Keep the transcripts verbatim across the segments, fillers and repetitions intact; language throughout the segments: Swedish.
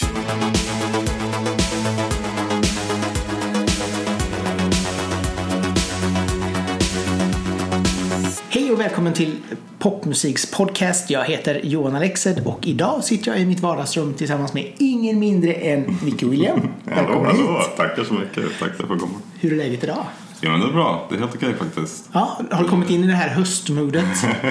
Hej och välkommen till Popmusiks podcast. Jag heter Johan Alexed och idag sitter jag i mitt vardagsrum tillsammans med ingen mindre än Nicky William. Välkommen hallå, hallå. Hit. Tackar så mycket. Tack för att komma. Hur är läget idag? Ja, men det är bra. Det är helt okej faktiskt. Ja, har du kommit in i det här höstmodet?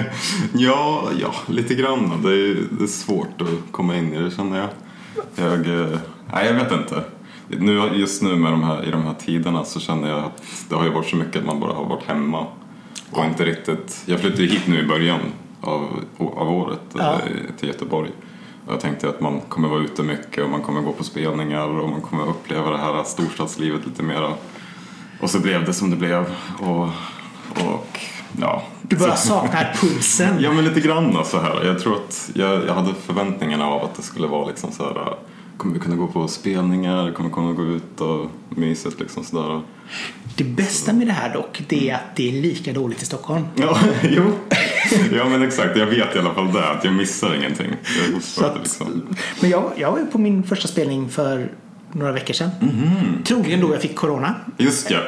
ja, ja, lite grann. Det är, det är svårt att komma in i det, känner jag. Jag, nej, jag vet inte. Nu, just nu med de här, i de här tiderna så känner jag att det har ju varit så mycket att man bara har varit hemma. Och inte riktigt. Jag flyttade hit nu i början av, av året ja. till Göteborg. Och jag tänkte att man kommer vara ute mycket och man kommer gå på spelningar och man kommer uppleva det här storstadslivet lite mera. Och så blev det som det blev. Och, och ja. Du bara saknar pulsen. Ja, men lite grann så här. Jag tror att jag, jag hade förväntningarna av att det skulle vara liksom så här. Kommer vi kunna gå på spelningar, kommer vi kunna gå ut och myset liksom sådär. Det bästa med det här dock, det är att det är lika dåligt i Stockholm. Ja, jo. Ja, men exakt. Jag vet i alla fall det, att jag missar ingenting. Jag så att, liksom. Men jag, jag var ju på min första spelning för några veckor sedan. Mm-hmm. Troligen då jag fick corona. Just ja.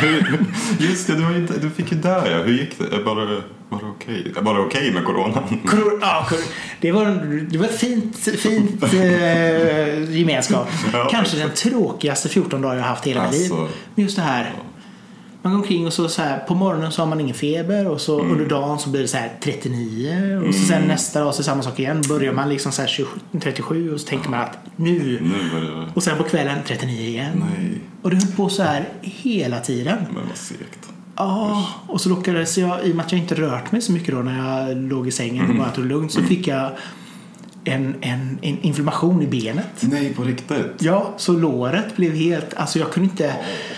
Just det, du, var ju, du fick ju där, ja. Hur gick det? Bara, var det okej? Okay? Var det okej okay med corona? Corona, ja, det var, det var fint, fint eh, gemenskap. Ja, kanske den tråkigaste fjorton dagar jag har haft i hela mitt alltså, liv. Men just det här. Man går omkring och så, så här, på morgonen så har man ingen feber och så mm. under dagen så blir det så här trettionio och så sen mm. nästa dag så samma sak igen. Börjar man liksom så här tjugosju, trettiosju och så tänker man att nu, nu det... och sen på kvällen trettionio igen. Nej. Och det höll på så här hela tiden. Men vad segt. Ja, och så lockades jag, i och med att jag inte rört mig så mycket då när jag låg i sängen och bara tog det lugnt, så fick jag en, en, en inflammation i benet. Nej, på riktigt? Ja, så låret blev helt, alltså jag kunde inte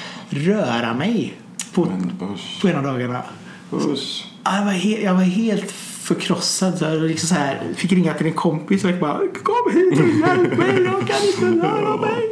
röra mig på, på en av dagarna. Usch. Jag var, he, jag var helt förkrossad så jag liksom så här, fick ringa till en kompis och jag bara, kom hit och hjälp mig, jag kan inte röra mig.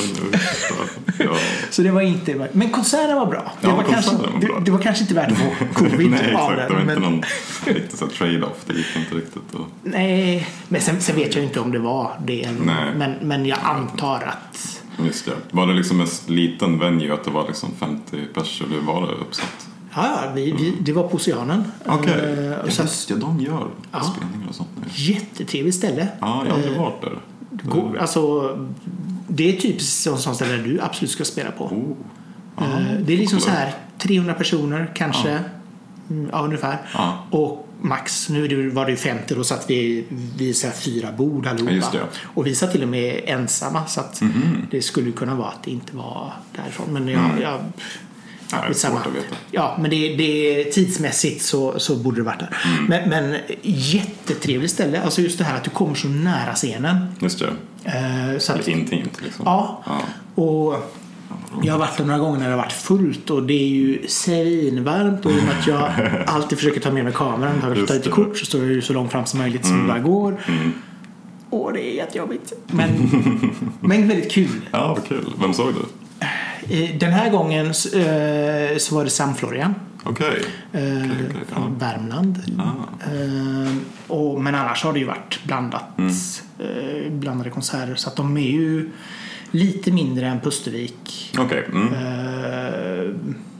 Ja. Så det var inte, men konserten var bra. Det, ja, var, kanske, var bra. Det, det var kanske inte värt att få covid. Nej, exakt, den, det var men... inte någon riktigt så trade-off. Det gick inte riktigt och... Nej, men sen, sen vet jag inte om det var det. Men, men jag antar att... Just det. Var det liksom en liten venue att det var liksom femtio personer, eller var det uppsatt? Ja, vi, vi, det var på Oceanen. Okej, okay. uh, ja, just ja, de gör ja, spelningar och sånt. Jättetrevligt ställe. Ja, jag har aldrig varit där. Går, alltså, det är typ sånt ställe där du absolut ska spela på. Oh. Uh, det är liksom så här trehundra personer kanske, ja, ja ungefär. Ja. Och max, nu var det ju femtio, då satt vi vid så här fyra bord allihopa. Ja, och vi satt till och med ensamma, så att mm-hmm. det skulle kunna vara att det inte var därifrån. Men jag... Mm. jag Ja, det är svårt att veta. Ja, men det, det tidsmässigt så, så borde det varit där. Mm. Men, men jättetrevligt ställe. Alltså just det här att du kommer så nära scenen. Just det. Uh, så att, intimt liksom. Ja, ja. Och jag har varit där några gånger när det har varit fullt och det är ju svinvarmt, och i och med att jag alltid försöker ta med mig kameran och ta lite kort, så står jag ju så långt fram som möjligt som mm. det bara går. Mm. Och det är jättejobbigt. Men, men väldigt kul. Ja, vad kul. Vem såg du? Den här gången eh, så var det Sam Florian. Okej. Okay. Eh, okay, okay. från ja. Värmland. Ah. Eh, och, men annars har det ju varit blandat, mm. eh, blandade konserter. Så att de är ju lite mindre än Pustervik. Okej. Okay. Mm. Eh,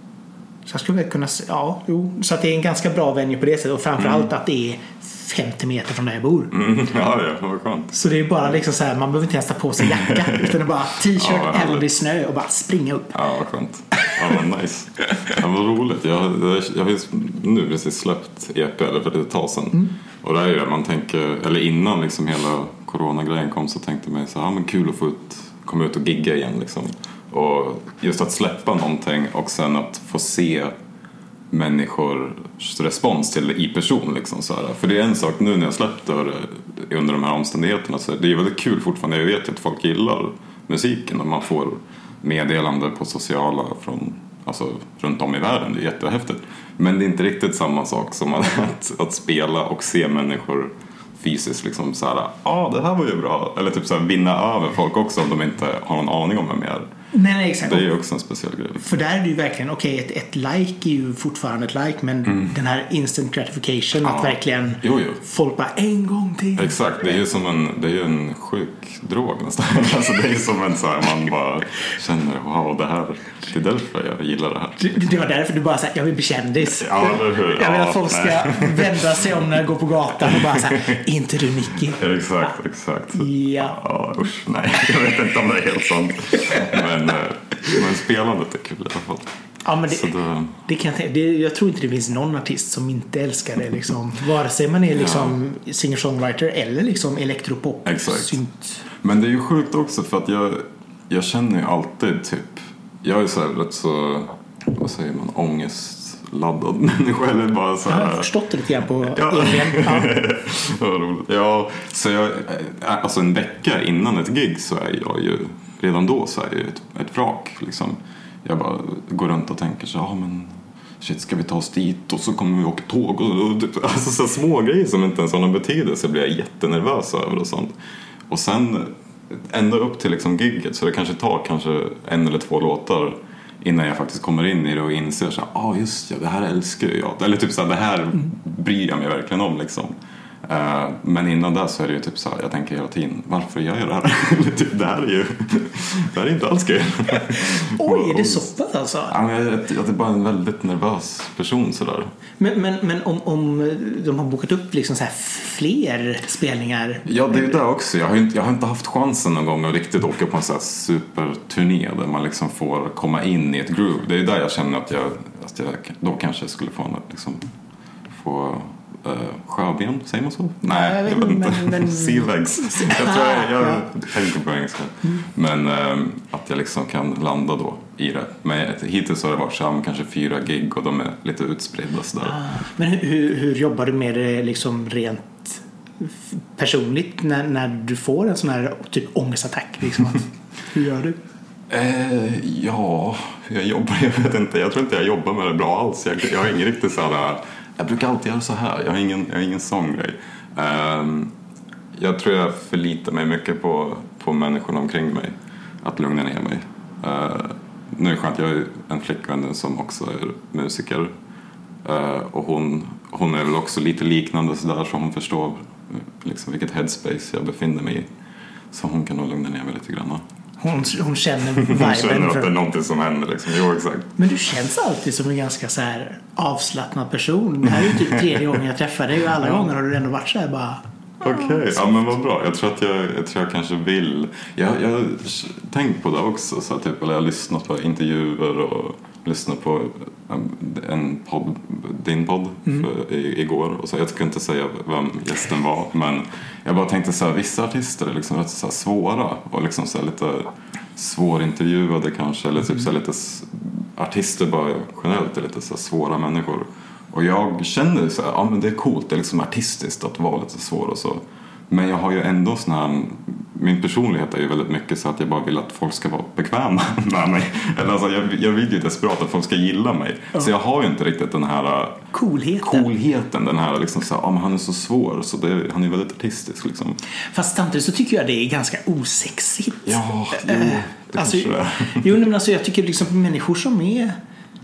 så jag skulle väl kunna säga, ja, jo. Så att det är en ganska bra venue på det sättet. Och framförallt mm. att det är femtio meter från där jag bor. Mm, ja, ja, vad skönt. Så det är bara liksom så här, man behöver inte ens ta på sig jacka, utan det är bara t-shirt ja, eller det är snö och bara springa upp. Ja, vad skönt. Ja, men nice. Ja, vad roligt. Jag, jag, jag har nu precis släppt E P, eller för ett tag sedan. Mm. Och där är det, man tänker, eller innan liksom hela coronagrejen kom, så tänkte man så här, ja, men kul att få ut, komma ut och gigga igen liksom. Och just att släppa någonting och sen att få se människors respons till det i person liksom, så här. För det är en sak nu när jag släppte det under de här omständigheterna, så det är väldigt kul fortfarande. Jag vet att folk gillar musiken och man får meddelande på sociala från, alltså, runt om i världen. Det är jättehäftigt. Men det är inte riktigt samma sak som att, att, att spela och se människor fysiskt liksom så här, ja ah, det här var ju bra, eller typ så här, vinna över folk också om de inte har någon aning om vem jag är. Nej, nej, exakt. Det är ju också en speciell grej. För där är det ju verkligen, okej, okay, ett, ett like är ju fortfarande ett like, men mm. den här instant gratification, ja. Att verkligen jo, jo. folk bara en gång till. Exakt, det är ju som en, det är ju en sjuk drog nästan. Alltså det är som en så här, man bara känner, wow, det här, det är därför jag gillar det här. Det, det var därför du bara sa, jag vill bli kändis. Ja, eller hur? Jag vill att ja, folk ska nej. vända sig om när jag går på gatan och bara så här, inte du Nicky? Exakt, ja. exakt. Ja. Ja, usch, nej, jag vet inte om det är helt sant. Men, men spelandet är kul i alla fall. Ja, men det, det... det kan jag, det, jag tror inte det finns någon artist som inte älskar det liksom. Vare sig man är liksom ja. singer-songwriter eller liksom elektropop. Exakt. Synt. Men det är ju sjukt också för att jag, jag känner ju alltid typ, jag är så här rätt så, vad säger man, ångestladdad människa eller bara så här. Jag har förstått det lite grann på ja. egen. Ja. Vad roligt. Ja, så jag, alltså en vecka innan ett gig så är jag ju, redan då så är jag ett, ett vrak liksom. Jag bara går runt och tänker så, ja men shit, ska vi ta oss dit och så kommer vi åka tåg och, och alltså så små grejer som inte ens har någon betydelse blir jag jättenervös över och sånt. Och sen ända upp till liksom gigget så det kanske tar kanske en eller två låtar innan jag faktiskt kommer in i det och inser så, ja ah, just ja, det här älskar jag. Eller typ så här, det här bryr jag mig verkligen om liksom. Uh, men innan det så är det ju typ så här, jag tänker hela tiden, varför gör jag det här? typ, det här är ju det här är inte alls kul. Oj, är det så pass alltså? Ja, men jag, jag är bara en väldigt nervös person sådär. Men, men, men om, om de har bokat upp liksom så här fler spelningar? Ja, det är ju det också. Jag har, inte, jag har inte haft chansen någon gång att riktigt åka på en så här superturné där man liksom får komma in i ett groove. Det är ju där jag känner att jag, att jag då kanske skulle få, liksom, få Uh, sjöben, säger man så? Nej, jag vet, jag vet inte. Men, men... Sea legs. Jag tror jag, jag ja. tänker på engelska. Mm. Men uh, att jag liksom kan landa då i det. Men hittills har det varit så kanske fyra gig och de är lite utspridda sådär. Ah. Men hur, hur jobbar du med det liksom rent personligt när, när du får en sån här typ ångestattack? Liksom? Hur gör du? Eh, ja, hur jag jobbar, jag vet inte. Jag tror inte jag jobbar med det bra alls. Jag, jag har ingen riktigt så här... Jag brukar alltid göra så här. Jag har ingen, jag har ingen sån grej. Um, jag tror jag förlitar mig mycket på, på människorna omkring mig. Att lugna ner mig. Uh, nu är det skönt, jag har en flickvän som också är musiker. Uh, och hon, hon är väl också lite liknande så där, så hon förstår liksom vilket headspace jag befinner mig i. Så hon kan nog lugna ner mig lite grann. Hon, hon känner viben. Hon känner att det är någonting som händer liksom. Jo, exakt. Men du känns alltid som en ganska så här avslappnad person. Det här är ju typ tredje gången jag träffar dig och alla ja. gånger har du ändå varit så här bara... Okej, okay. Ja men vad bra. Jag tror att jag, jag, tror jag kanske vill... Jag, jag har tänkt på det också. Så typ, eller jag har lyssnat på intervjuer och lyssnat på en podd, din podd mm. för, i, igår. Och så, jag ska inte säga vem gästen var, men jag bara tänkte så här, vissa artister är liksom rätt så här svåra och liksom så här lite svårintervjuade kanske. Eller typ så här lite... Artister bara generellt är lite så här svåra människor. Och jag känner så här, ja men det är coolt, det är liksom artistiskt att vara lite svår och så. Men jag har ju ändå sån här, min personlighet är ju väldigt mycket så att jag bara vill att folk ska vara bekväma med mig. Eller alltså jag, jag vill ju desperat att folk ska gilla mig. Ja. Så jag har ju inte riktigt den här coolheten, coolheten den här liksom så här, ja men han är så svår så det, han är väldigt artistisk liksom. Fast samtidigt så tycker jag det är ganska osexigt. Ja, jo, det alltså, kanske det är. Jo, men alltså jag tycker liksom människor som är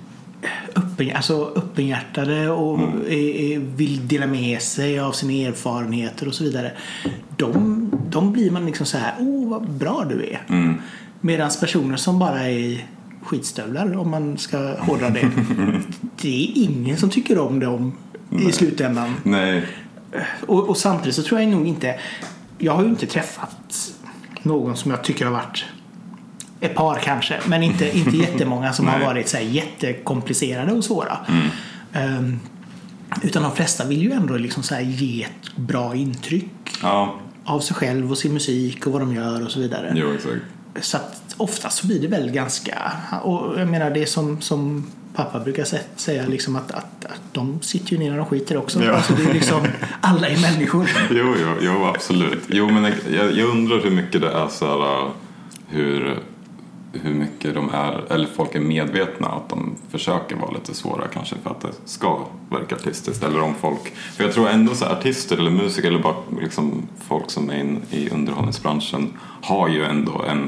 öppen, alltså öppenhjärtade och mm. är, är, vill dela med sig av sina erfarenheter och så vidare, de, de blir man liksom så här, åh vad bra du är. Mm. Medan personer som bara är skitstövlar, om man ska hårdra det, det är ingen som tycker om dem Nej. i slutändan. Nej. Och, och samtidigt så tror jag nog inte, jag har ju inte träffat någon som jag tycker har varit ett par kanske, men inte, inte jättemånga som har varit så här jättekomplicerade och svåra. Mm. Um, utan de flesta vill ju ändå liksom så här ge ett bra intryck ja. av sig själv och sin musik och vad de gör och så vidare. Jo, exakt. Så att oftast så blir det väl ganska, och jag menar det som, som pappa brukar säga liksom att, att, att de sitter ju ner när de skiter också. Ja. Alltså det är liksom, alla är människor. Jo, jo, jo absolut. Jo, men jag, jag undrar hur mycket det är så här, hur hur mycket de är, eller folk är medvetna att de försöker vara lite svåra kanske för att det ska verka artistiskt, eller om folk, för jag tror ändå så artister eller musiker eller bara liksom folk som är in i underhållningsbranschen har ju ändå en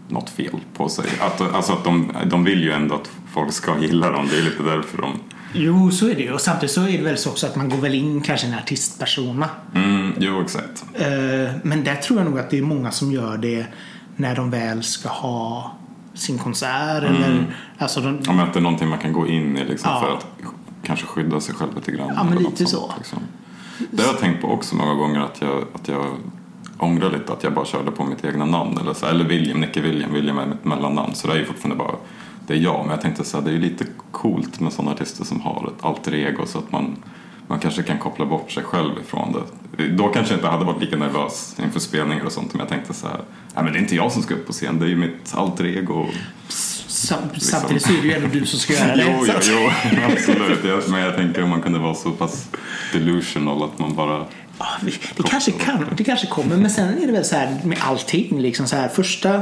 något fel på sig. Att, alltså att de, de vill ju ändå att folk ska gilla dem. Det är lite därför de... Jo, så är det ju. Och samtidigt så är det väl så också att man går väl in kanske i en artistpersona. Mm, jo, exakt. Men där tror jag nog att det är många som gör det när de väl ska ha sin konsert. Mm. Eller, alltså de... ja, men att det är någonting man kan gå in i liksom, ja. för att kanske skydda sig själv lite grann. Ja, men lite sånt, så. Liksom. Det har jag tänkt på också många gånger att jag, att jag ångrar lite att jag bara körde på mitt egna namn. Eller, så, eller William, Nicke William, William är mitt mellannamn. Så det är ju fortfarande bara, det är jag. Men jag tänkte så här, det är ju lite coolt med sådana artister som har ett alter ego så att man, man kanske kan koppla bort sig själv ifrån det. Då kanske jag inte hade varit lika nervös inför spelningar och sånt. Men jag tänkte så här, nej men det är inte jag som ska upp på scen, det är ju mitt alter ego. Sam, liksom. Samtidigt så är det ju ändå du som ska göra det. jo, jo, jo, absolut. Jag, men jag tänker om man kunde vara så pass delusional att man bara... Ja, det, kanske kan, det kanske kommer. Men sen är det väl så här med allting. Liksom så här, första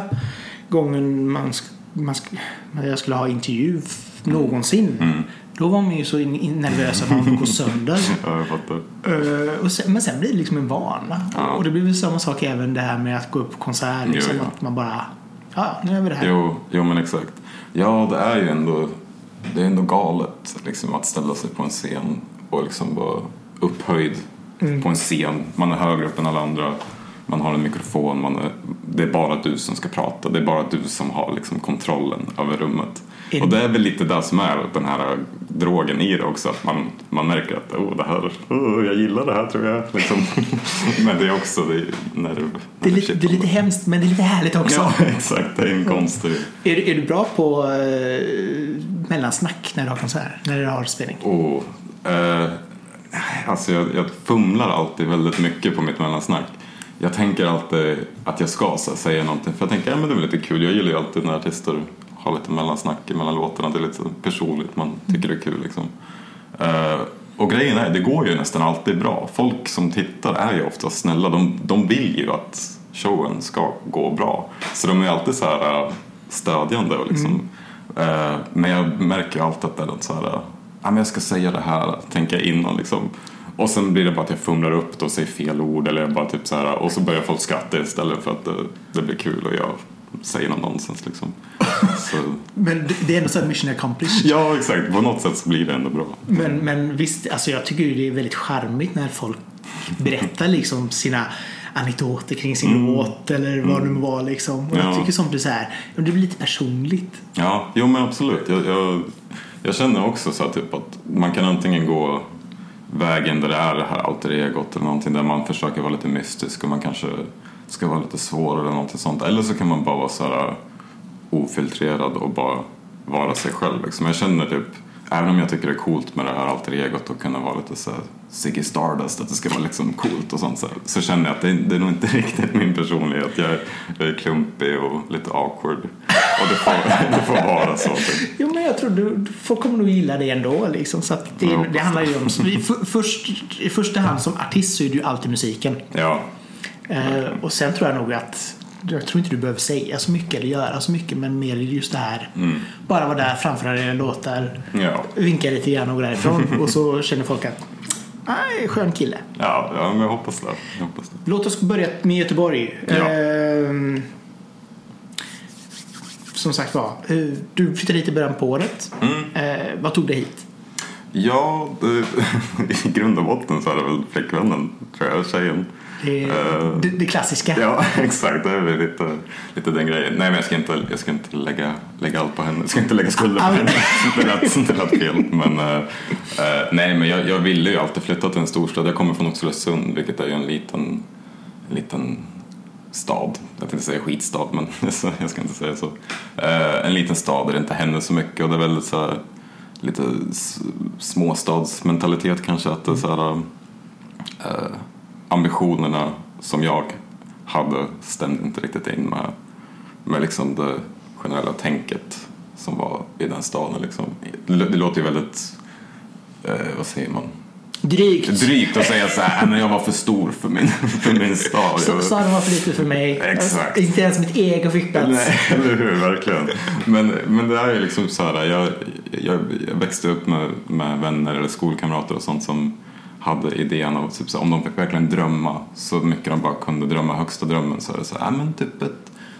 gången man, man, jag skulle ha intervju någonsin. Mm. Då var man ju så in, in nervös att man går sönder. Ja, jag fattar. Uh, och sen, men sen blir det liksom en vana. Ja. Och det blir väl samma sak även det här med att gå upp på konsert. Liksom, jo, ja. Att man bara, ja, nu är vi det här. Jo, jo, men exakt. Ja, det är ju ändå, det är ändå galet liksom, att ställa sig på en scen och liksom vara upphöjd mm. på en scen. Man är högre upp än alla andra. Man har en mikrofon. Man är, det är bara du som ska prata. Det är bara du som har liksom, kontrollen över rummet. In. Och det är väl lite det som är den här drogen i det också. Att man, man märker att oh, det här, oh, jag gillar det här tror jag. Liksom. Men det är också det är nerv. Det är, lite, det är lite hemskt men det är lite härligt också. Ja, exakt. Det är en konstig... Är, är du bra på uh, mellansnack när du har konsert? När du har spelning? Oh, uh, alltså jag, jag fumlar alltid väldigt mycket på mitt mellansnack. Jag tänker alltid att jag ska så, säga någonting. För jag tänker, ja men det är lite kul. Jag gillar ju alltid när artister har lite mellansnack mellan låtarna. Det är lite personligt, man tycker det är kul liksom. Uh, och grejen är, det går ju nästan alltid bra. Folk som tittar är ju ofta snälla. De, de vill ju att showen ska gå bra. Så de är alltid så här uh, stödjande och liksom. Mm. Uh, men jag märker ju alltid att det är något så här, uh, ja men jag ska säga det här, tänker jag innan liksom. Och sen blir det bara att jag fumlar upp det och säger fel ord eller bara typ så här, och så börjar folk skratta istället för att det, det blir kul och jag säger någon nonsens liksom. Så. Men det är ändå så här mission accomplished. Ja, exakt. På något sätt så blir det ändå bra. Men, men visst, alltså jag tycker ju det är väldigt charmigt när folk berättar liksom sina anekdoter kring sin mm. låt eller vad mm. det må vara liksom. Och ja. Jag tycker sånt blir så här, det blir lite personligt. Ja, jo men absolut. Jag, jag, jag känner också så här, typ att man kan antingen gå vägen där det är det här alter egot eller någonting där man försöker vara lite mystisk och man kanske ska vara lite svår eller någonting sånt. Eller så kan man bara vara så här ofiltrerad och bara vara sig själv liksom. Jag känner typ, även om jag tycker det är coolt med det här alter egot och kunna vara lite så här Ziggy Stardust, att det ska vara liksom coolt och sånt så, så känner jag att det, det är nog inte riktigt min personlighet. Jag är, jag är klumpig och lite awkward och det får, det får vara så typ. Jo men jag tror du, folk kommer nog gilla det ändå liksom, så att det, det handlar ju om för, först, i första hand som artist så är det ju alltid musiken. Ja. Uh, och sen tror jag nog att jag tror inte du behöver säga så mycket eller göra så mycket, men mer just det här mm. bara vara där framför dina låtar, ja. Vinka lite grann och gå därifrån och så känner folk att nej, skön kille. Ja, ja men jag hoppas det. jag hoppas det. Låt oss börja med Göteborg. Ja. Uh, som sagt var, uh, du flyttade hit i början på året. Mm. Uh, vad tog dig hit? Ja, det, i grund och botten så är det väl flickvännen, tror jag, tjejen. Det, uh, det, det klassiska. Ja, exakt. Det är väl lite, lite den grejen. Nej, men jag ska inte, jag ska inte lägga, lägga allt på henne. Jag ska inte lägga skulden på henne. Det lät, det lät fel. Men, uh, uh, nej, men jag, jag ville ju alltid flytta till en storstad. Jag kommer från Oxelösund, vilket är ju en liten, en liten stad. Jag tänkte säga skitstad, men jag ska inte säga så. Uh, en liten stad där det inte händer så mycket. Och det är väldigt så här, lite småstadsmentalitet kanske. Att det är så här... Uh, ambitionerna som jag hade stämde inte riktigt in med, med liksom det generella tänket som var i den staden liksom. Det, det låter ju väldigt eh, vad säger man? Drygt. Drygt att säga så här, men jag var för stor för min, för min stad. Så staden var för lite för mig. Exakt. Inte ens mitt ego fick plats. Nej, eller hur, verkligen. Men, men det är ju liksom så här, jag, jag, jag växte upp med, med vänner eller skolkamrater och sånt som hade idén av typ så, om de fick verkligen drömma så mycket de bara kunde drömma högsta drömmen, så är det så här, men typ ett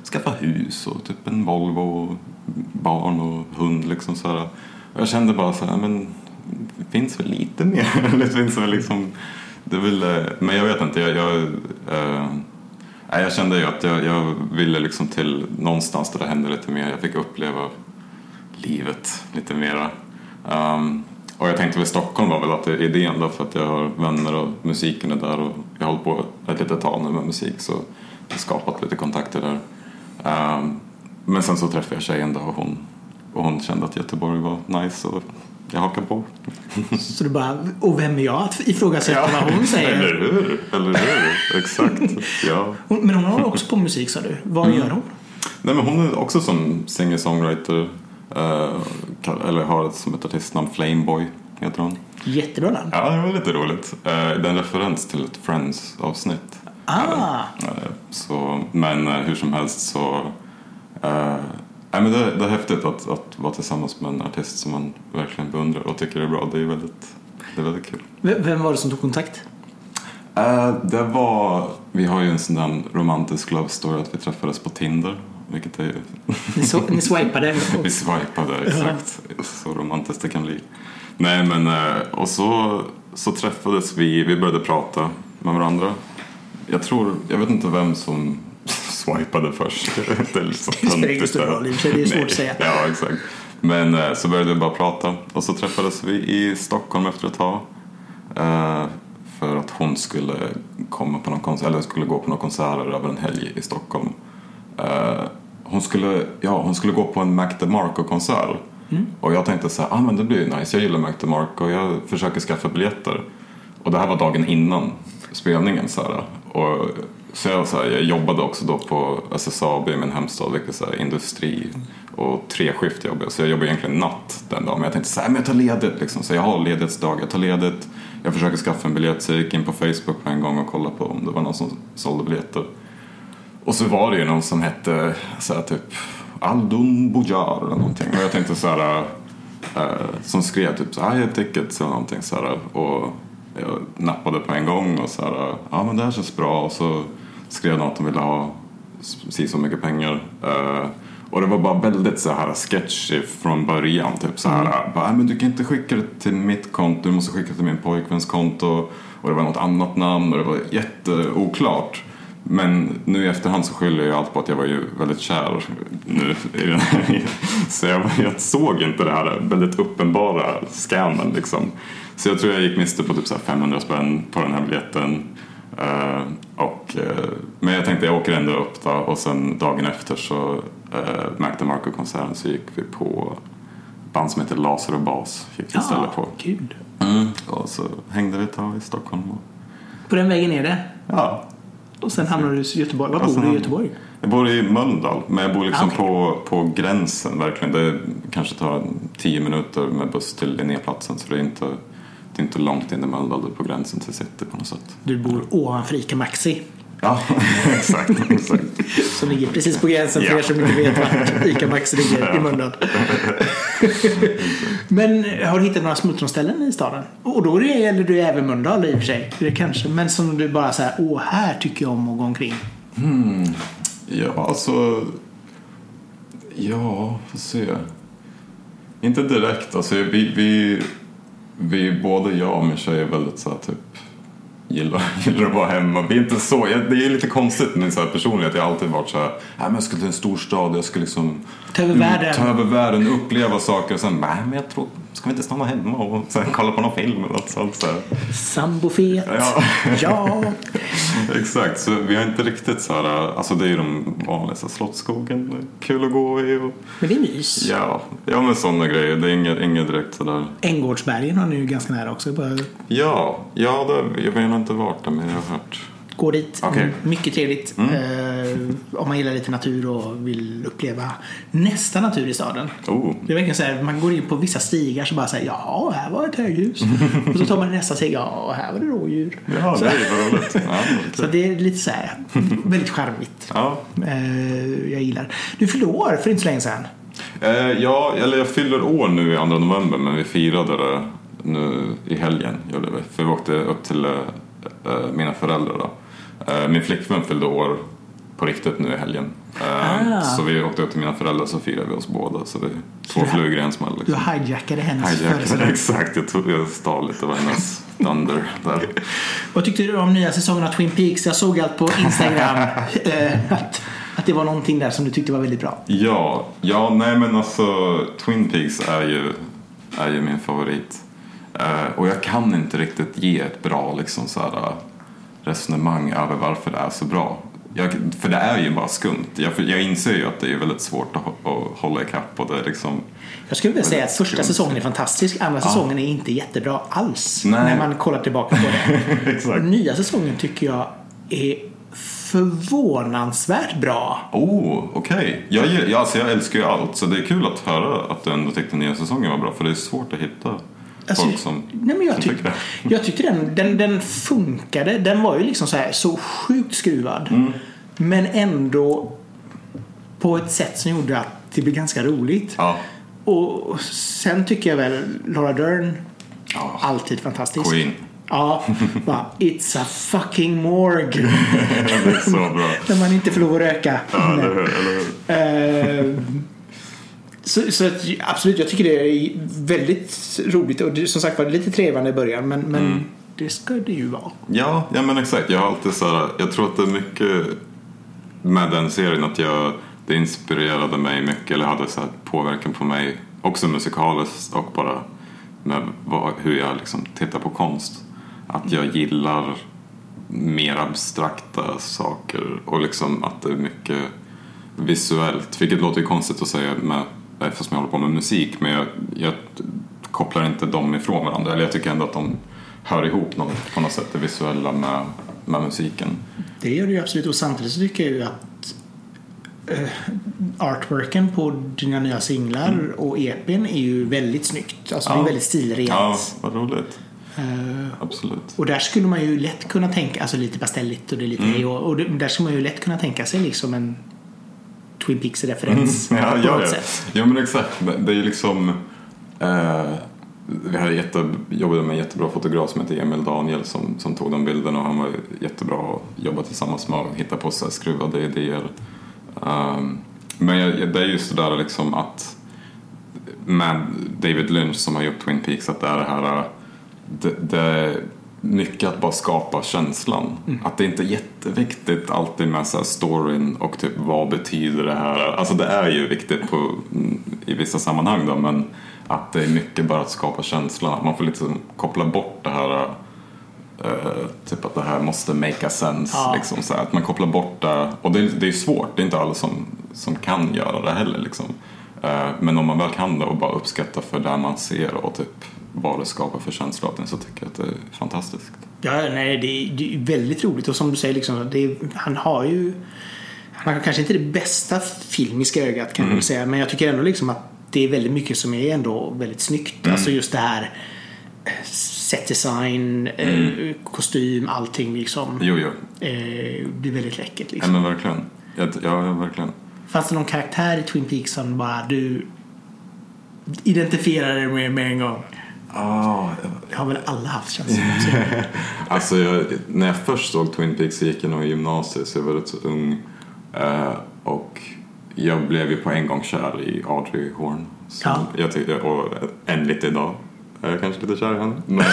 skaffa hus och typ en Volvo och barn och hund liksom så här. Och jag kände bara så här, men det finns väl lite mer. Det finns väl liksom, det vill, men jag vet inte, jag, jag, äh, jag kände ju att jag, jag ville liksom till någonstans där det hände lite mer. Jag fick uppleva livet lite mera. Um, och jag tänkte väl Stockholm var väl att det är idén då, för att jag har vänner och musiken är där och jag har hållit på ett litet tag nu med musik, så jag har skapat lite kontakter där. Um, men sen så träffade jag tjejen då och hon, och hon kände att Göteborg var nice och jag hakade på. Så du bara, och vem är jag att ifrågasätta ja, vad hon säger? Eller hur, eller hur, exakt. Ja. Men hon har också på musik, sa du. Vad mm. gör hon? Nej, men hon är också som singer-songwriter. Uh, eller har ett som ett artistnamn, Flameboy heter hon. Jättebra namn. Ja, det var lite roligt. Uh, det är en referens till ett Friends-avsnitt. Ah. Uh, så, men uh, hur som helst så uh, nej, men det, det är häftigt att, att vara tillsammans med en artist som man verkligen beundrar och tycker är bra. Det är väldigt, det är väldigt kul. V- vem var det som tog kontakt? Uh, det var, vi har ju en sån där romantisk love story att vi träffades på Tinder. Vilket är ni, så, ni swipade? Vi swipade, exakt. Så romantiskt det kan bli. Nej, men och så, så träffades vi, vi började prata med varandra. Jag tror, jag vet inte vem som swipade först. Det är liksom det spelar ingen stor roll, det är svårt Nej. att säga. Ja, exakt. Men så började vi bara prata. Och så träffades vi i Stockholm efter ett tag. För att hon skulle komma på någon konsert, eller skulle gå på någon konserter över en helg i Stockholm. Hon skulle, ja, hon skulle gå på en Mac DeMarco-konsert. Mm. Och jag tänkte så här, ah, men det blir ju nice, jag gillar Mac DeMarco och jag försöker skaffa biljetter. Och det här var dagen innan spelningen så här. Och så jag, så här, jag jobbade också då på S S A B i min hemstad, vilket så här, industri och tre skift jobbade. Så jag jobbade egentligen natt den dagen. Men jag tänkte så här, men jag tar ledigt liksom. Så jag har ledighetsdag, jag tar ledigt. Jag försöker skaffa en biljett, så jag gick in på Facebook på en gång och kollade på om det var någon som sålde biljetter. Och så var det ju någon som hette så här, typ Aldun Bojar eller någonting. Och jag tänkte så här, äh, som skrev typ så här, jag tickets eller någonting så här. Och jag nappade på en gång och så här, ja men det här känns bra. Och så skrev de att de ville ha precis så mycket pengar. Äh, och det var bara väldigt så här sketchy från början. Typ så här, mm. bara, men du kan inte skicka det till mitt konto, du måste skicka det till min pojkväns konto. Och det var något annat namn och det var jätteoklart. Men nu i efterhand så skyller jag allt på att jag var ju väldigt kär nu i den här. Så jag, jag såg inte det här väldigt uppenbara scammen liksom. Så jag tror jag gick miste på typ så här femhundra spänn på den här biljetten. Uh, och, uh, men jag tänkte jag åker ändå upp då. Och sen dagen efter så uh, Mac DeMarco-konserten så gick vi på band som heter Laser och Bas. Gick vi istället på. Gud. Mm. Och så hängde vi ett tag i Stockholm. Och... På den vägen är det? Ja. Och sen hamnar du i Göteborg. Var bor du i Göteborg? Jag bor i Mölndal, men jag bor liksom okay. på, på gränsen verkligen. Det kanske tar tio minuter med buss till Linnéplatsen, så det är inte, det är inte långt in i Mölndal, det är på gränsen till city på något sätt. Du bor ovanför Ica Maxi. Ja, exakt, exakt. Som ligger precis på gränsen för ja. Er som inte vet vart Ica Maxi ligger ja. I Mölndal. Men har du hittat några smultronställen i staden? Och då gäller du även Mölndal i och för sig. Det kanske, men som du bara så här, åh, här tycker jag om att gå omkring. Hmm. Ja, alltså... Ja, får se. Inte direkt. Alltså, vi, vi, vi både jag och min tjej är väldigt så här, typ... Gillar, gillar att vara hemma. Vi är inte så, jag, det är lite konstigt med min så här personlighet. Jag har alltid varit så här, nej, men jag ska till en stor stad, jag ska liksom ta över världen, ta över världen, uppleva saker och sen, nej men jag tror, ska vi inte stanna hemma och så här, kolla på någon film eller något sånt så här. Sambofet. Ja. Ja. Exakt, så vi har inte riktigt så här, alltså det är ju de vanliga så här, Slottsskogen, kul att gå i och, men det är mys. Ja, ja men sådana grejer, det är inget, inget direkt så där. Änggårdsbergen har nu ganska nära också bara... Ja, ja det, jag vet inte vart det, men jag har hört. Gå dit, okay. Mycket trevligt mm. eh, om man gillar lite natur och vill uppleva nästa natur i staden. Oh. Det är verkligen så här, man går in på vissa stigar så bara säger, ja, här var ett höghus. Och så tar man nästa steg, ja, här var det rådjur. Ja, så, det är roligt. Ja, så det är lite så här, väldigt charmigt. Ja. eh, jag gillar. Du fyllde år för inte så länge sedan. eh, Ja, eller jag fyller år nu i andra november, men vi firade det nu i helgen, gjorde vi. För vi åkte upp till eh, mina föräldrar då. Min flickvän fyllde år på riktigt nu i helgen. Ah. Så vi åkte upp till mina föräldrar så firade vi oss båda. Så det är två flugor i en smäll. Liksom. Du hijackade hennes födelsedag. Exakt, jag, tog, jag stal lite av hennes thunder där. Vad tyckte du om nya säsongen av Twin Peaks? Jag såg allt på Instagram att, att det var någonting där som du tyckte var väldigt bra. Ja, ja nej men alltså Twin Peaks är ju, är ju min favorit. Uh, och jag kan inte riktigt ge ett bra liksom, så här, resonemang över varför det är så bra. Jag, för det är ju bara skumt. Jag, jag inser ju att det är väldigt svårt att, att hålla ikapp. Och det är liksom jag skulle vilja säga att första skumt. Säsongen är fantastisk. Andra ja. säsongen är inte jättebra alls. Nej. När man kollar tillbaka på det. Exakt. Nya säsongen tycker jag är förvånansvärt bra. Oh, okej. Okay. Jag, jag, alltså jag älskar ju allt. Så det är kul att höra att du ändå tyckte nya säsongen var bra. För det är svårt att hitta alltså, folk som, nej men jag, som tyck, tycker det. Jag tyckte den, den, den funkade. Den var ju liksom så här så sjukt skruvad. Mm. Men ändå på ett sätt som gjorde att det blev ganska roligt. Ja. Och sen tycker jag väl Laura Dern ja. alltid fantastisk. Queen. Ja, bara, it's a fucking morgue. Det är så bra. När man inte får lov att röka. Ja, eller hur, eller hur. Uh, så, så att, absolut, jag tycker det är väldigt roligt. Och det, som sagt var det lite trevande i början. Men, men mm. det ska det ju vara. Ja, ja men exakt. Jag har alltid så här, jag tror att det är mycket med den serien att jag, det inspirerade mig mycket eller hade så här påverkan på mig också musikaliskt och bara med vad, hur jag liksom tittar på konst. Att jag gillar mer abstrakta saker och liksom att det är mycket visuellt, vilket låter ju konstigt att säga med, eftersom jag håller på med musik, men jag, jag kopplar inte dem ifrån varandra, eller jag tycker ändå att de hör ihop något, på något sätt, det visuella med, med musiken. Det gör det ju absolut, och samtidigt så tycker jag ju att uh, artworken på dina nya singlar mm. och E P:n är ju väldigt snyggt, alltså ja. Det är väldigt stilrent. Ja, vad roligt. Uh, absolut. Och där skulle man ju lätt kunna tänka, alltså lite pastelligt och det är lite mm. och, och det, där skulle man ju lätt kunna tänka sig liksom en Twin Peaks-referens mm. ja, på ja, något ja. sätt. Ja, men exakt. Det är ju liksom uh, vi hade jätte, jobbade med en jättebra fotograf som heter Emil Daniel som, som tog de bilderna, och han var jättebra och jobbade tillsammans med att hitta på så här skruvade idéer. Um, men jag, det är just det där liksom att med David Lynch som har gjort Twin Peaks, att det är det här det, det är mycket att bara skapa känslan. Mm. Att det inte är jätteviktigt alltid med så här storyn och typ vad betyder det här. Alltså det är ju viktigt på, i vissa sammanhang då, men att det är mycket bara att skapa känslan. Att man får liksom koppla bort det här uh, typ att det här måste make a sense. Ja. Liksom, så här, att man kopplar bort det. Och det, det är svårt, det är inte alla som, som kan göra det heller liksom. Uh, men om man väl kan det och bara uppskatta för det man ser och typ vad det skapar för känslor, så tycker jag att det är fantastiskt. Ja, nej, det är, det är väldigt roligt, och som du säger liksom, det är, han har ju han har kanske inte det bästa filmiska ögat kan mm. jag säga, men jag tycker ändå liksom att det är väldigt mycket som är ändå väldigt snyggt. Mm. Alltså just det här set design, mm. eh, kostym, allting liksom. Jo, jo. Eh, blir väldigt läckert liksom. Ja, men verkligen. Ja, ja, verkligen. Fanns det någon karaktär i Twin Peaks som bara du identifierade dig med, med en gång? Oh, det har väl alla haft, känns det. Alltså jag, när jag först såg Twin Peaks så gick jag nog i gymnasiet, så jag var rätt så ung. Uh, och jag blev ju på en gång kär i Audrey Horne. Ja. Jag tyckte, och än lite idag. Jag är kanske lite kär i henne. Men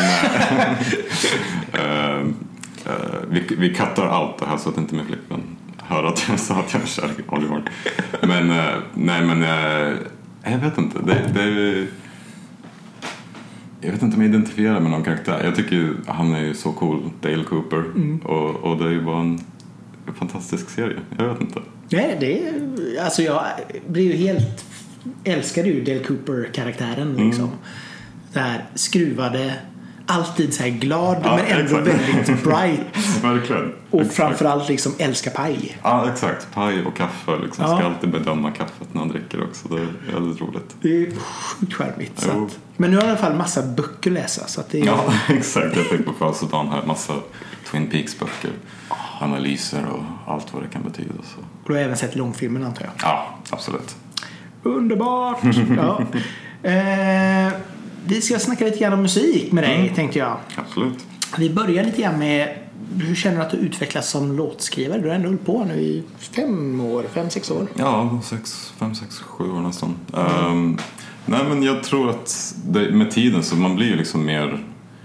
uh, uh, vi, vi kattar allt det här så att inte min flickvän hör att jag sa att jag är kär i Audrey Horne. Men uh, nej men uh, jag vet inte. Det, det Jag vet inte om jag identifierar med någon karaktär. Jag tycker ju, han är ju så cool, Dale Cooper. Mm. Och, och det är ju bara en fantastisk serie. Jag vet inte. Nej, det är, alltså jag blir ju helt älskade ju Dale Cooper-karaktären liksom. Mm. Det här skruvade, alltid så här glad, ja, men ändå exakt. Väldigt bright. Verkligen. Och exakt. Framförallt liksom älskar paj. Ja, exakt. Paj och kaffe liksom. Ja. Ska alltid bedöma kaffet när han dricker också. Det är väldigt roligt. Det är sjukt charmigt. Så att, men nu har jag i alla fall massa böcker att läsa. Så att det är... Ja, exakt. Jag fick på födelsedagen här massa Twin Peaks-böcker. Analyser och allt vad det kan betyda. Så. Och du har även sett långfilmen, antar jag? Ja, absolut. Underbart! Ja. Eh, vi ska snacka lite grann om musik med dig, mm. tänkte jag. Absolut. Vi börjar lite grann med hur känner du att du utvecklas som låtskrivare? Du har ändå hållit på nu i fem år, fem, sex år. Ja, sex, fem, sex, sju år nästan. Mm. Um, nej, men jag tror att det, med tiden så man blir liksom mer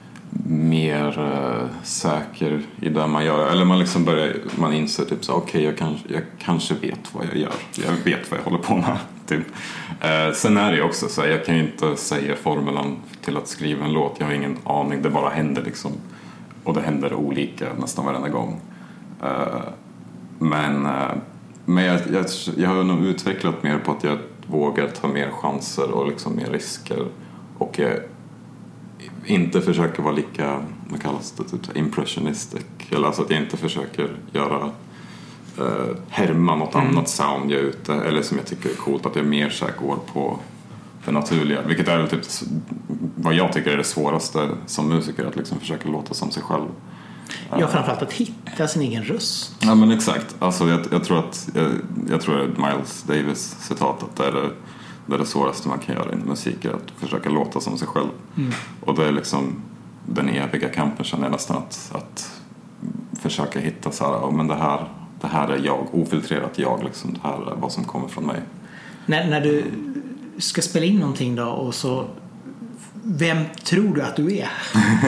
mer uh, säker i det man gör. Eller man liksom börjar, man inser typ så okej, okay, jag, kanske, jag kanske vet vad jag gör. Jag vet vad jag håller på med. Typ. Uh, sen är det ju också så här, jag kan ju inte säga formulan till att skriva en låt. Jag har ingen aning, det bara händer liksom. Och det händer olika nästan varenda gång. Uh, men uh, men jag, jag, jag har nog utvecklat mer på att jag vågar ta mer chanser och liksom mer risker. Och jag inte försöker vara lika, vad kallas det, typ impressionistic. Eller alltså att jag inte försöker göra uh, härma något mm. annat sound jag är ute. Eller som jag tycker är coolt, att jag mer så här går på det naturliga. Vilket är typ vad jag tycker är det svåraste som musiker, att liksom försöka låta som sig själv. Ja, framförallt att hitta sin egen röst. Ja, men exakt. Alltså jag, jag tror att jag, jag tror att Miles Davis citatet är det, det är det svåraste man kan göra i musik, är att försöka låta som sig själv. Mm. Och det är liksom den eviga kampen, känner jag nästan, att, att försöka hitta så här, men det här, det här är jag, ofiltrerat jag liksom, det här är vad som kommer från mig. När, när du ska spela in någonting då, och så vem tror du att du är?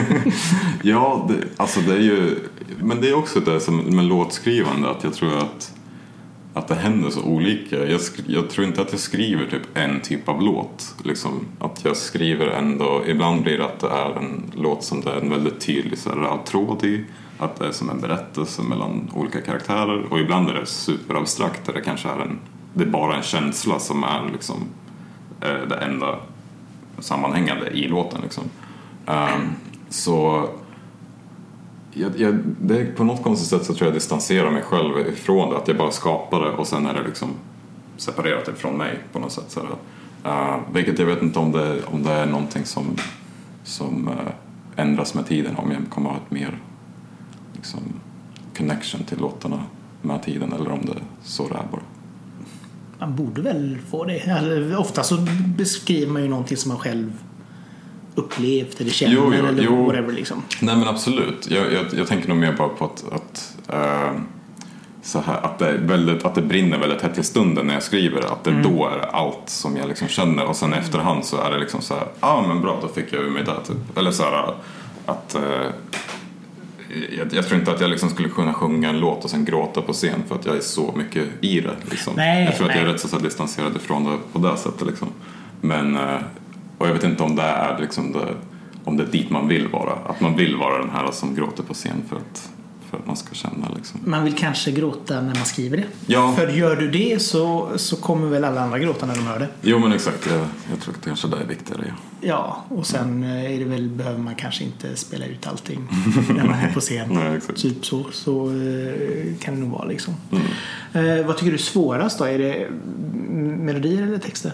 Ja, det, alltså det är ju, men det är också det som med låtskrivande, att jag tror att att det händer så olika. Jag, sk- jag tror inte att jag skriver typ en typ av låt. Liksom, att jag skriver ändå, ibland blir det att det är en låt som det är en väldigt tydlig så här, röd tråd i. Att det är som en berättelse mellan olika karaktärer. Och ibland är det superabstrakt, där det kanske är en, det är bara en känsla som är liksom eh, det enda sammanhängande i låten liksom. Um, så Jag, jag, det, på något konstigt sätt så tror jag distanserar mig själv ifrån det, att jag bara skapar det och sen är det liksom separerat ifrån mig på något sätt så uh, vilket jag vet inte om det, om det är någonting som, som uh, ändras med tiden, om jag kommer att ha ett mer liksom, connection till låtarna med tiden, eller om det är så det är bara. Man borde väl få det. Alltså, ofta så beskriver man ju någonting som man själv upplevt eller känner, jo, jo, eller jo. whatever liksom. Nej, men absolut. Jag, jag, jag tänker nog mer bara på att att, uh, så här, att, det är väldigt, att det brinner väldigt hett i stunden när jag skriver, att det mm. då är allt som jag liksom känner, och sen efterhand så är det liksom så här, ja ah, men bra, då fick jag ur mig det typ. Eller så här, att uh, jag, jag tror inte att jag liksom skulle kunna sjunga en låt och sen gråta på scen, för att jag är så mycket i det liksom. Nej, jag tror nej. att jag är rätt så, så distanserad ifrån det på det sättet liksom. Men uh, och jag vet inte om det är liksom det, om det är dit man vill vara. Att man vill vara den här som gråter på scen för att, för att man ska känna liksom. Man vill kanske gråta när man skriver det. Ja. För gör du det så, så kommer väl alla andra gråta när de hör det. Jo, men exakt. Jag, jag tror att det kanske det är viktigare. Ja, ja, och sen är det väl, behöver man kanske inte spela ut allting när man är på scen. Nej, exakt. Typ så, så kan det nog vara liksom. Mm. Eh, vad tycker du är svårast då? Är det melodier eller texter?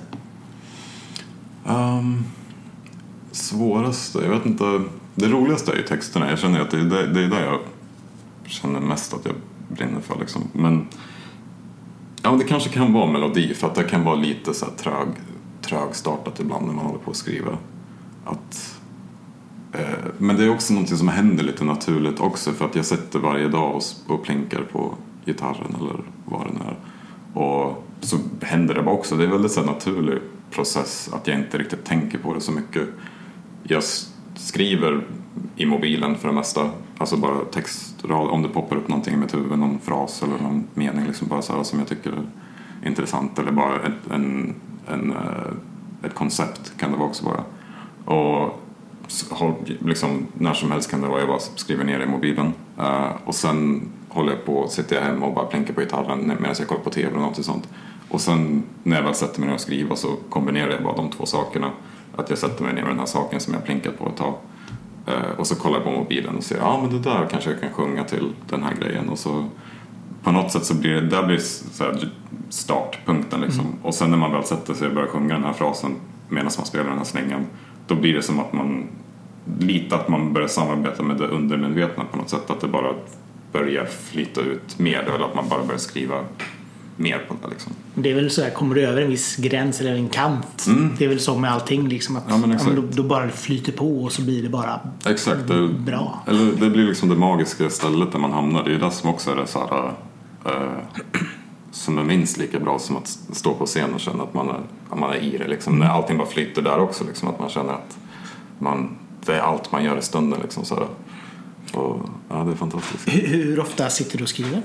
Um, svåraste, jag vet inte. Det roligaste är ju texterna. Jag känner att det är det, det är där jag känner mest att jag brinner för liksom. Men ja, det kanske kan vara melodi, för att det kan vara lite så här trög, trögstartat ibland när man håller på att skriva. Att, eh, men det är också någonting som händer lite naturligt också, för att jag sätter varje dag och, och plinkar på gitarren eller vad det är. Och så händer det bara också. Det är väldigt så här naturlig process, att jag inte riktigt tänker på det så mycket. Jag skriver i mobilen för det mesta, alltså bara textrad, om det poppar upp någonting i mitt huvud, någon fras eller någon mening liksom, bara så här som jag tycker är intressant, eller bara ett, en, en, ett koncept kan det vara också bara. Och liksom, när som helst kan det vara, jag bara skriver ner i mobilen, uh, och sen håller jag på, sitter jag hemma och bara plinkar på gitarren medan jag kollar på tv eller något sånt. Och sen när jag väl sätter mig ner och skriver så kombinerar jag bara de två sakerna. Att jag sätter mig ner med den här saken som jag plinkat på ett tag. Uh, och så kollar jag på mobilen och ser, ja ah, men det där kanske jag kan sjunga till den här grejen. Och så på något sätt så blir det, där blir så här startpunkten liksom. Mm. Och sen när man väl sätter sig och börjar sjunga den här frasen medan man spelar den här slängan, då blir det som att man, lite att man börjar samarbeta med det undermedvetna på något sätt. Att det bara börjar flyta ut mer, eller att man bara börjar skriva mer på det liksom. Det är väl så här, kommer du över en viss gräns eller en kant, mm. det är väl så med allting liksom, att ja, men exakt. Ja, men då, då bara flyter på och så blir det bara exakt, det, bra. Eller det blir liksom det magiska stället där man hamnar. Det är det som också är det så här, uh, som är minst lika bra som att stå på scen och känna att man är, att man är i det liksom. När allting bara flyter där också liksom, att man känner att man, det är allt man gör i stunden liksom, så här. Och, ja, det är fantastiskt. Hur, hur ofta sitter du och skriver?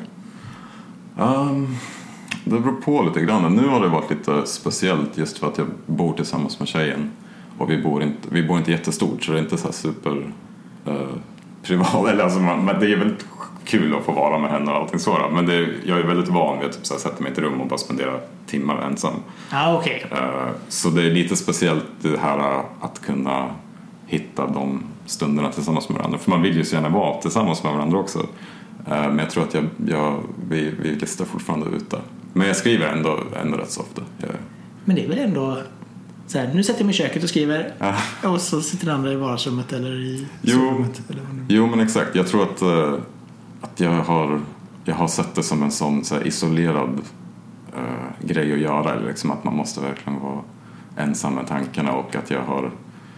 Um, det beror på lite grann. Nu har det varit lite speciellt just för att jag bor tillsammans med tjejen. Och vi bor inte, vi bor inte jättestort, så det är inte så här super uh, privat. Eller alltså man, men det är väldigt kul att få vara med henne och allting så. Men det är, jag är väldigt van vid att typ, så här, sätta mig i ett rum och bara spendera timmar ensam. Ah, okay. uh, så det är lite speciellt det här att kunna hitta de stunderna tillsammans med varandra. För man vill ju så gärna vara tillsammans med varandra också. Men jag tror att jag, jag, vi, vi listar fortfarande ute. Men jag skriver ändå, ändå rätt så ofta. Jag... Men det är väl ändå så här, nu sätter jag mig i köket och skriver ja. Och så sitter den andra i vardagsrummet eller i sovrummet. Jo, jo, men exakt. Jag tror att, att jag, har, jag har sett det som en sån så här, isolerad uh, grej att göra. Eller liksom att man måste verkligen vara ensam med tankarna, och att jag har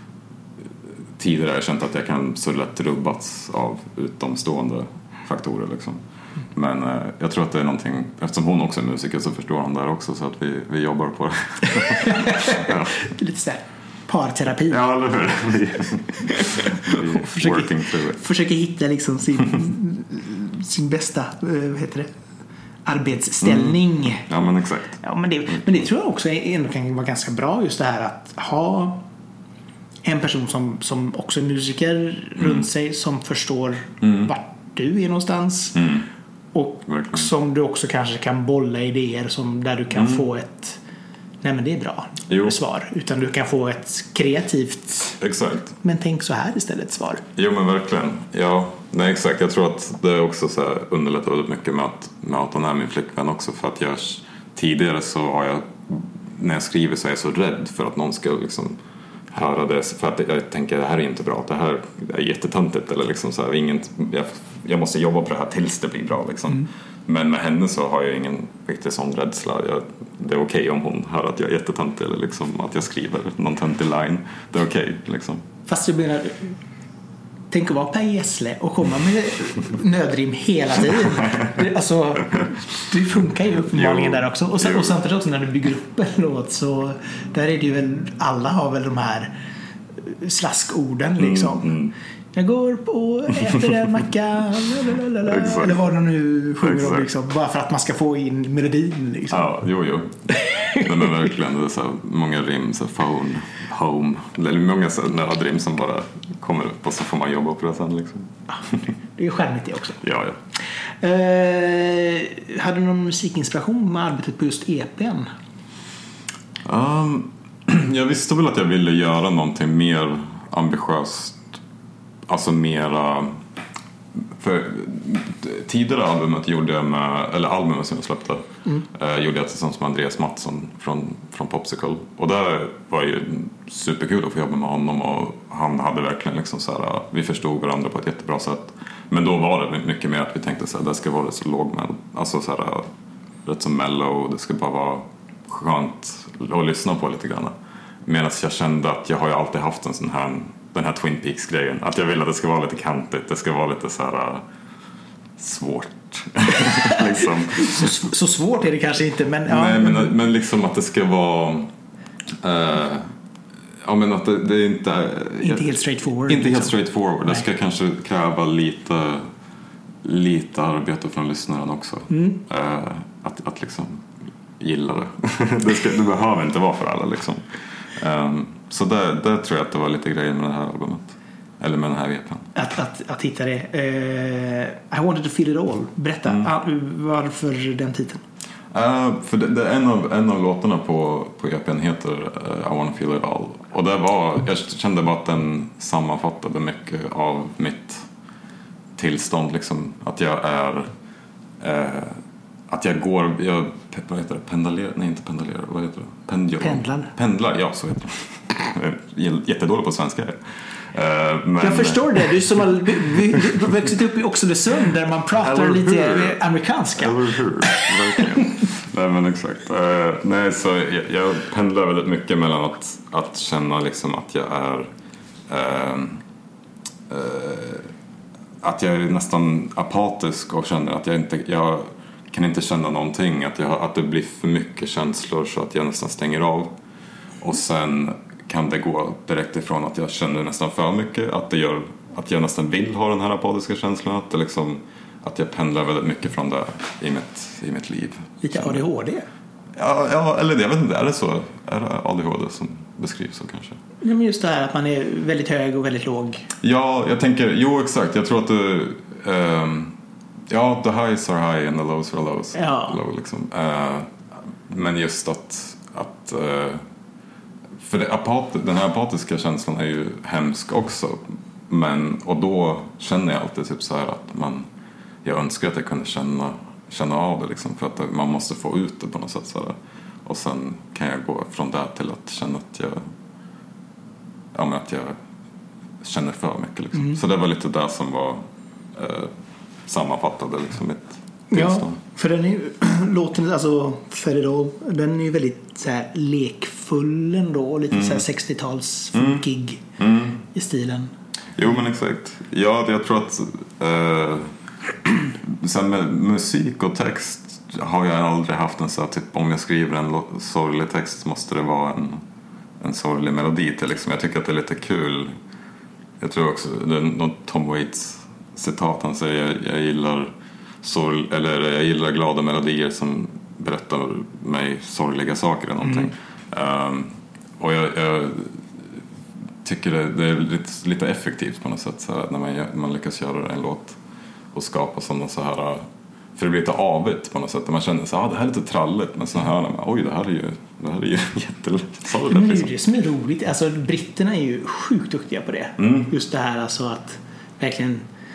tidigare känt att jag kan så lätt rubbats av utomstående faktorer liksom. Men eh, jag tror att det är någonting, eftersom hon också är musiker så förstår hon där också, så att vi, vi jobbar på det. Ja. Lite sådär parterapi. Ja, eller hur? Vi, vi försöker, försöker hitta liksom sin, sin bästa, vad heter det, arbetsställning. Mm. Ja, men exakt. Ja, men, det, men det tror jag också ändå kan vara ganska bra, just det här att ha en person som, som också är musiker mm. runt sig, som förstår mm. vart du är någonstans mm. och verkligen. Som du också kanske kan bolla idéer som, där du kan mm. få ett nej men det är bra jo. svar, utan du kan få ett kreativt exakt. Men tänk så här istället svar. Jo, men verkligen. Ja, nej exakt. Jag tror att det också så här underlättar väldigt mycket med att, med att hon är min flickvän också, för att jag tidigare så har jag, när jag skriver så är jag så rädd för att någon ska liksom höra det, för att jag tänker det här är inte bra, det här är jättetöntigt eller liksom så här, ingen, jag, jag måste jobba på det här tills det blir bra liksom. Mm. Men med henne så har jag ingen riktigt sån rädsla. Jag, det är okej okay om hon hör att jag är jättetöntig eller liksom att jag skriver någon töntig line, det är okej okay, liksom. Fast du menar, tänk att vara Per Gessle och komma med nödrim hela tiden. Alltså, det funkar ju uppenbarligen där också. Och, sen, och samtidigt också när du bygger upp en låt, så där är det ju väl, alla har väl de här slaskorden liksom. Mm, mm. Jag går på äter en macka eller vad de nu sjunger om liksom, bara för att man ska få in melodin liksom. Ja, jo, jo. Den är verkligen, det är så här, många rim, så phone, home, eller många så nödrim som bara kommer upp och så får man jobba på det sen liksom. Ja, det är ju skärmigt det också. Ja, ja. Eh, hade du någon musikinspiration med arbetet på just E P:n? Um, jag visste väl att jag ville göra någonting mer ambitiöst. Alltså mera, för tidigare albumet gjorde jag med, eller albumet som jag släppte mm. eh, gjorde jag tillsammans med Andreas Mattsson från, från Popsicle, och där var ju superkul att få jobba med honom, och han hade verkligen liksom så här, vi förstod varandra på ett jättebra sätt, men då var det mycket mer att vi tänkte så här, det ska vara så låg med, alltså så här, rätt så mellow, det ska bara vara skönt att lyssna på lite grann, medan jag kände att jag har ju alltid haft en sån här, den här Twin Peaks-grejen, att jag vill att det ska vara lite kantigt, det ska vara lite så här uh, svårt. liksom. så, så svårt är det kanske inte, men ja. Nej, men, men liksom att det ska vara uh, ja, men att det, det är inte uh, inte helt straightforward. Inte liksom. helt straightforward. Det ska kanske kräva lite lite arbete från lyssnaren också. Mm. Uh, att, att liksom gilla det. det, ska, det behöver inte vara för alla liksom. Um, så där, där tror jag att det var lite grejer med det här albumet. Eller med den här E P:n. Att, att, att hitta det. Uh, I wanted to feel it all. Berätta, mm. varför den titeln? Uh, för det, det, en, av, en av låtarna på, på E P:n heter uh, I wanna feel it all. Och det var, jag kände bara att den sammanfattade mycket av mitt tillstånd. Liksom, att jag är... Uh, att jag går... Jag, vad heter det? Pendalerar? Nej, inte pendalerar. Vad heter det? Pendlar. Pendlar. Pendlar, ja, så heter det. Jättedålig på svenska här. Uh, men... Jag förstår det. Du som har växt upp i Oxelösund där man pratar lite amerikanska. Eller hur? Verkligen. nej men exakt. Uh, nej, så jag, jag pendlar väldigt mycket mellan att, att känna liksom att jag är uh, uh, att jag är nästan apatisk och känner att jag inte jag kan inte känna någonting, att, jag, att det blir för mycket känslor så att jag nästan stänger av. Och sen kan det gå direkt ifrån att jag känner nästan för mycket, att det gör att jag nästan vill ha den här apatiska känslan, att det liksom att jag pendlar väldigt mycket från det i mitt, i mitt liv. Lite A D H D? Ja, ja, eller det, jag vet inte, är det så? Är det A D H D som beskrivs så kanske? Ja, men just det här att man är väldigt hög och väldigt låg. Ja, jag tänker, jo exakt, jag tror att du um, ja, the highs are high and the lows are lows. Ja. Low, liksom. uh, men just att, att uh, för det apat, den här apatiska känslan är ju hemsk också, men, och då känner jag alltid typ så här att man, jag önskar att jag kunde känna, känna av det liksom, för att man måste få ut det på något sätt så här. Och sen kan jag gå från där till att känna att jag ja, men att jag känner för mycket liksom. Mm. Så det var lite där som var eh, sammanfattade liksom mitt tillstånd. Ja, för den är ju låten, alltså Federal, den är ju väldigt så här lekfull ändå, lite mm. så här sextio-tals funkig mm. Mm. i stilen. Jo, men exakt. Ja, jag tror att eh, sen med musik och text har jag aldrig haft en så här, typ om jag skriver en lo- sorglig text måste det vara en, en sorglig melodi till liksom. Jag tycker att det är lite kul. Jag tror också, det är något Tom Waits citat, han säger jag, jag gillar sorg, eller jag gillar glada melodier som berättar mig sorgliga saker eller någonting. Mm. Um, och jag, jag tycker det, det är lite, lite effektivt på något sätt så här, när man, man lyckas göra en låt och skapa sådana så här, för det blir lite avigt på något sätt, man känner så ah, det här är lite tralligt, men så hör man, oj det här är ju, det här är ju jättesorgligt. Men det är liksom. det som är roligt, alltså britterna är ju sjukt duktiga på det. Mm. Just det här alltså att verkligen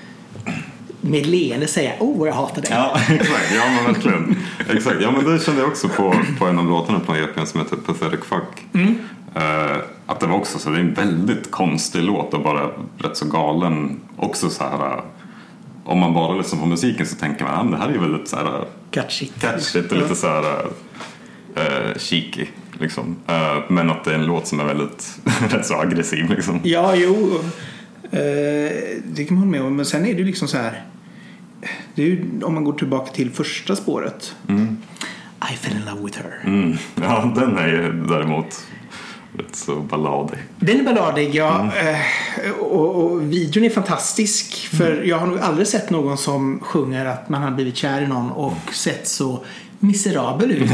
med leende säga, åh oh, jag hatar det. Ja, exakt, ja men verkligen. Exakt, ja men det kände jag också på, på en av låtarna på E P:n som heter Pathetic Fuck. Mm. Uh, att det var också så, det är en väldigt konstig låt och bara rätt så galen. Också så här, uh, om man bara lyssnar på musiken så tänker man, ah, det här är ju väldigt så här catchigt, catchigt och lite så här uh, cheeky liksom. Uh, men att det är en låt som är väldigt rätt så aggressiv liksom. Ja, jo. Uh, det kan man hålla med om, men sen är det ju liksom så här, det är ju, om man går tillbaka till första spåret. Mm. I fell in love with her. Mm. Ja, den är ju däremot rätt så balladig. Den är balladig, ja. Mm. Och, och videon är fantastisk. För mm. jag har nog aldrig sett någon som sjunger att man har blivit kär i någon och sett så miserabel ut.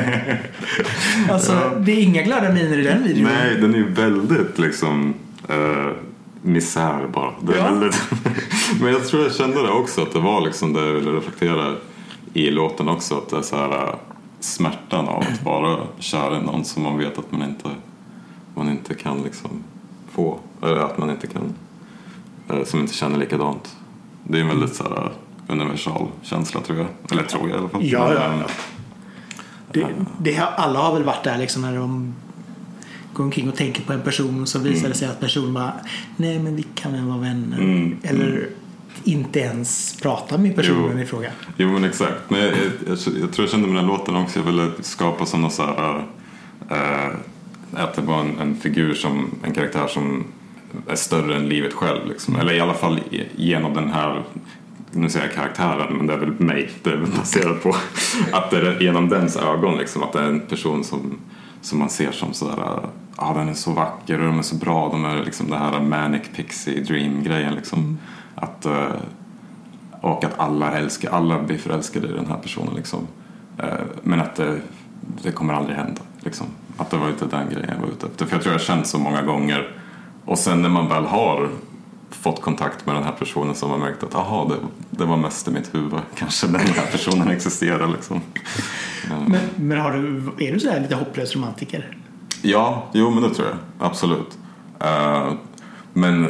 Alltså, ja. Det är inga glada miner i den videon. Nej, den är ju väldigt liksom uh, misär bara. Det är ja. väldigt men jag tror jag kände det också, att det var liksom det jag ville reflektera i låten också, att det är så här smärtan av att vara kär i någon som man vet att man inte man inte kan liksom få, eller att man inte kan, som inte känner likadant. Det är en väldigt så här universal känsla tror jag, eller tror jag i alla fall. Ja, ja, ja. Det, det har, alla har väl varit där liksom när de går omkring och tänker på en person och så visar det mm. sig att personen bara, nej men vi kan väl vara vänner. Mm. Eller mm. inte ens prata med personen jo. i fråga. Jo men exakt. Men jag, jag, jag, jag tror jag kände med den låten också, jag ville skapa sådana så här äh, att det var en, en figur som, en karaktär som är större än livet själv liksom. Eller i alla fall genom den här, nu säger jag karaktären, men det är väl mig det är baserat på, att det är genom dens ögon liksom, att det är en person som, som man ser som sådär, ja ah, den är så vacker och de är så bra, de är liksom det här manic pixie dream grejen liksom. Mm. Att, och att alla älskar, alla blir förälskade i den här personen liksom. Men att det, det kommer aldrig hända liksom. Att det var inte den grejen jag var ute efter. För jag tror jag har känt så många gånger. Och sen när man väl har fått kontakt med den här personen, som har märkt att aha, det, det var mest i mitt huvud. Kanske den här personen existerar liksom. Men, men har du, är du så här lite hopplös romantiker? Ja, jo men det tror jag. Absolut. Uh, men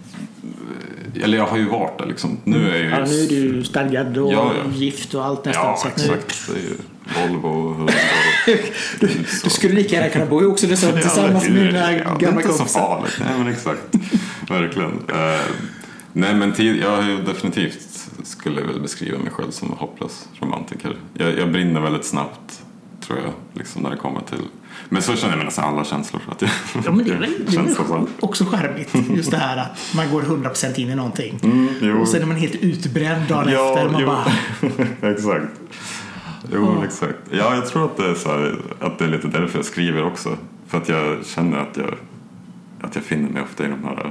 eller jag har ju varit där liksom. Nu är, ju... ja, nu är du stadgad och ja, ja. gift och allt nästan. Ja, exakt. Nu... Det är ju Volvo och hund och... du, du skulle lika gärna kunna bo i också det tillsammans ja, med mina ja, gamla kompisar. Det är inte så farligt. Nej, men exakt. Verkligen. Uh, nej, men tid, jag har ju definitivt skulle väl beskriva mig själv som hopplös romantiker. Jag, jag brinner väldigt snabbt tror jag, liksom när det kommer till. Men så känner jag med nästan alla känslor för att jag ja, men det är, det är också charmigt just det här att man går hundra procent in i någonting mm, och sen är man helt utbränd dagen ja, efter man jo. bara... exakt jo oh. exakt ja jag tror att det är så här, att det är lite därför jag skriver också, för att jag känner att jag att jag finner mig ofta i de här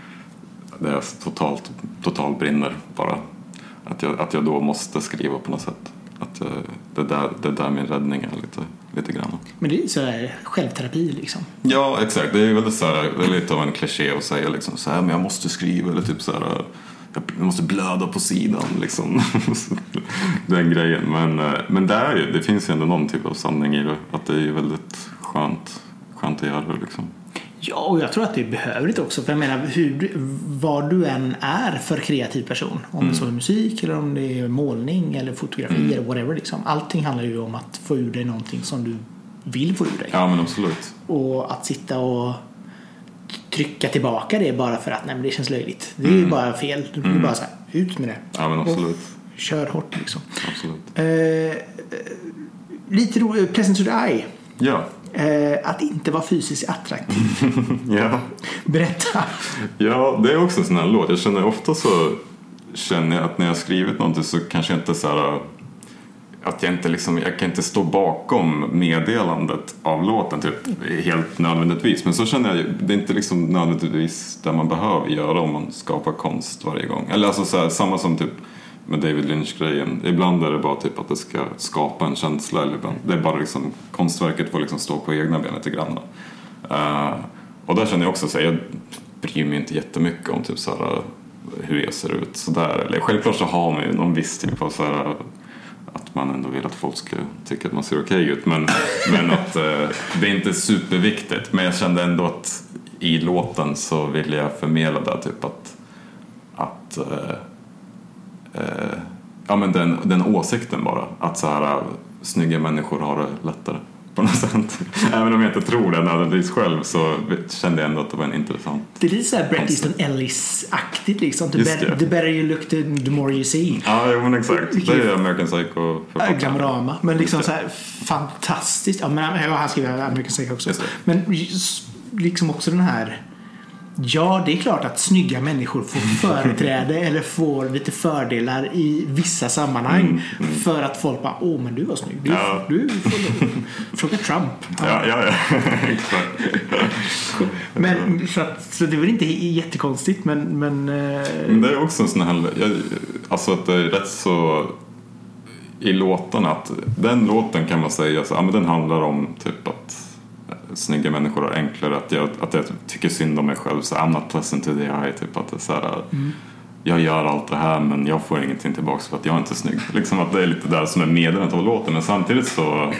där jag totalt totalt brinner bara, att jag att jag då måste skriva på något sätt. Att det där, det där min räddning är lite, lite grann. Men det är så här självterapi liksom. Ja, exakt. Det är väldigt så här, det är lite av en kliché att säga liksom så här, men jag måste skriva eller typ så här, jag måste blöda på sidan liksom. Den grejen. Men, men det, är ju, det finns ju ändå någon typ av sanning i det. Att det är ju väldigt skönt, skönt att göra det liksom. Ja, och jag tror att det är behövligt också. För jag menar, hur, vad du än är för kreativ person. Om mm. det så är musik eller om det är målning eller fotografi mm. eller whatever. Liksom. Allting handlar ju om att få ur dig någonting som du vill få ur dig. Ja, men absolut. Och att sitta och trycka tillbaka det bara för att nej, men det känns löjligt. Det är ju mm. bara fel. Du blir mm. bara så här, ut med det. Ja, men absolut. Och kör hårt liksom. Absolut. Eh, lite roligt, Pleasant to the Eye. Ja. Eh, att inte vara fysiskt attraktiv. Ja. Berätta. Ja, det är också en sån här låt. Jag känner ofta så känner jag att när jag har skrivit någonting så kanske jag inte så här, att jag inte liksom, jag kan inte stå bakom meddelandet av låten typ helt nödvändigtvis, men så känner jag det är inte liksom nödvändigtvis där man behöver göra om man skapar konst varje gång. Eller alltså så här, samma som typ med David Lynch-grejen. Ibland är det bara typ att det ska skapa en känsla. Eller ibland, det är bara liksom, konstverket får liksom stå på egna ben lite grann. Uh, och där känner jag också att jag bryr mig inte jättemycket om typ så här, hur jag ser ut. Så där. Eller, självklart så har man ju någon viss typ av så här, att man ändå vill att folk ska tycka att man ser okej ut. Men, men att uh, det är inte superviktigt. Men jag kände ändå att i låten så ville jag förmedla det typ att att uh, Uh, ja men den, den åsikten bara att så här uh, snygga människor har det lättare på något sätt. Även om jag inte tror det nödvändigtvis själv så kände jag ändå att det var en intressant. Det är lite så här Bret Easton Ellis-aktigt liksom. The, better, the better you look the, the more you see. Ja, jo, men exakt. Det är American Psycho. Ja, Glamorama. Men liksom så här fantastiskt. Ja, men han skriver American Psycho också. Men liksom också den här. Ja, det är klart att snygga människor får företräde eller får lite fördelar i vissa sammanhang mm, mm. för att folk bara, åh men du var snygg. Du, ja. du får fråga Trump. Ja, ja, ja. Exakt. Men så, att, så det är väl inte jättekonstigt, men... Men, men det är också en sån här... Jag, alltså att det är rätt så... I låten att... Den låten kan man säga så, ja, men den handlar om typ att... snygga människor är enklare, att jag, att jag tycker synd om mig själv, så I'm not pleasant to the eye, typ att det är så här, mm. jag gör allt det här men jag får ingenting tillbaka för att jag är inte snygg, liksom att det är lite där som är meddelandet av låten. Men samtidigt så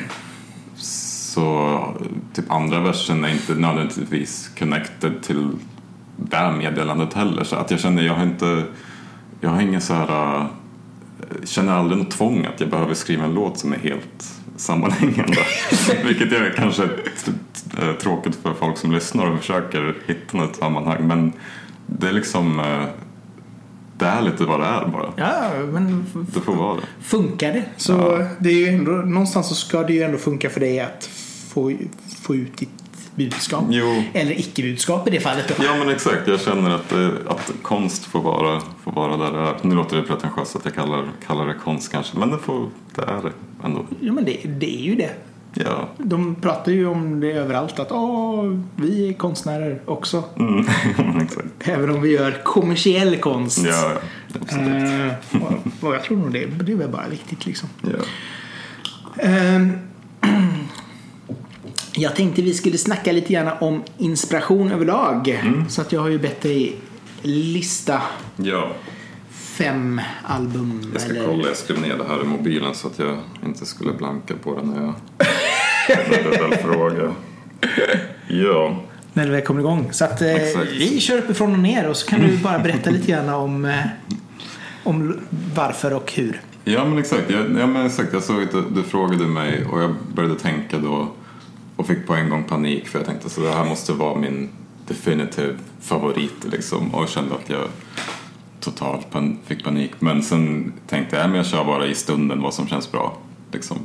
så typ andra versen är inte nödvändigtvis connected till det här meddelandet heller, så att jag känner jag har inte jag har ingen så här känner aldrig något tvång att jag behöver skriva en låt som är helt sammanhängande. Vilket är kanske t- tråkigt för folk som lyssnar och försöker hitta något sammanhang. Men det är liksom det är lite vad det är bara. Ja, men det får vara det. Funkar det? Så ja. Det är ju ändå, någonstans så ska det ju ändå funka för dig att få, få ut ditt budskap. Jo. Eller icke-budskap i det fallet då. Ja, men exakt. Jag känner att, att konst får vara, får vara där det är. Nu låter det pretentiöst att jag kallar, kallar det konst kanske. Men det, får, det är det ändå. Ja, men det, det är ju det. Ja. De pratar ju om det överallt att åh, vi är konstnärer också. Mm. Exakt. Även om vi gör kommersiell konst. Ja, absolut. Uh, och, och jag tror nog det, det är väl bara viktigt liksom. Ja. Uh, Jag tänkte vi skulle snacka lite grann om inspiration överlag. Mm. Så att jag har ju bett dig lista ja. fem album. Jag ska eller... kolla, jag skrev ner det här i mobilen så att jag inte skulle blanka på det när jag ställde den frågan. Ja. När det väl kommer igång. Så att eh, vi kör uppifrån och ner och så kan du bara berätta lite grann om, eh, om varför och hur. Ja, men exakt. Jag, ja, men exakt. Jag såg att du, du frågade mig och jag började tänka då. Och fick på en gång panik för jag tänkte så det här måste vara min definitive favorit liksom. Och kände att jag totalt pan- fick panik. Men sen tänkte jag, men jag kör bara i stunden vad som känns bra liksom.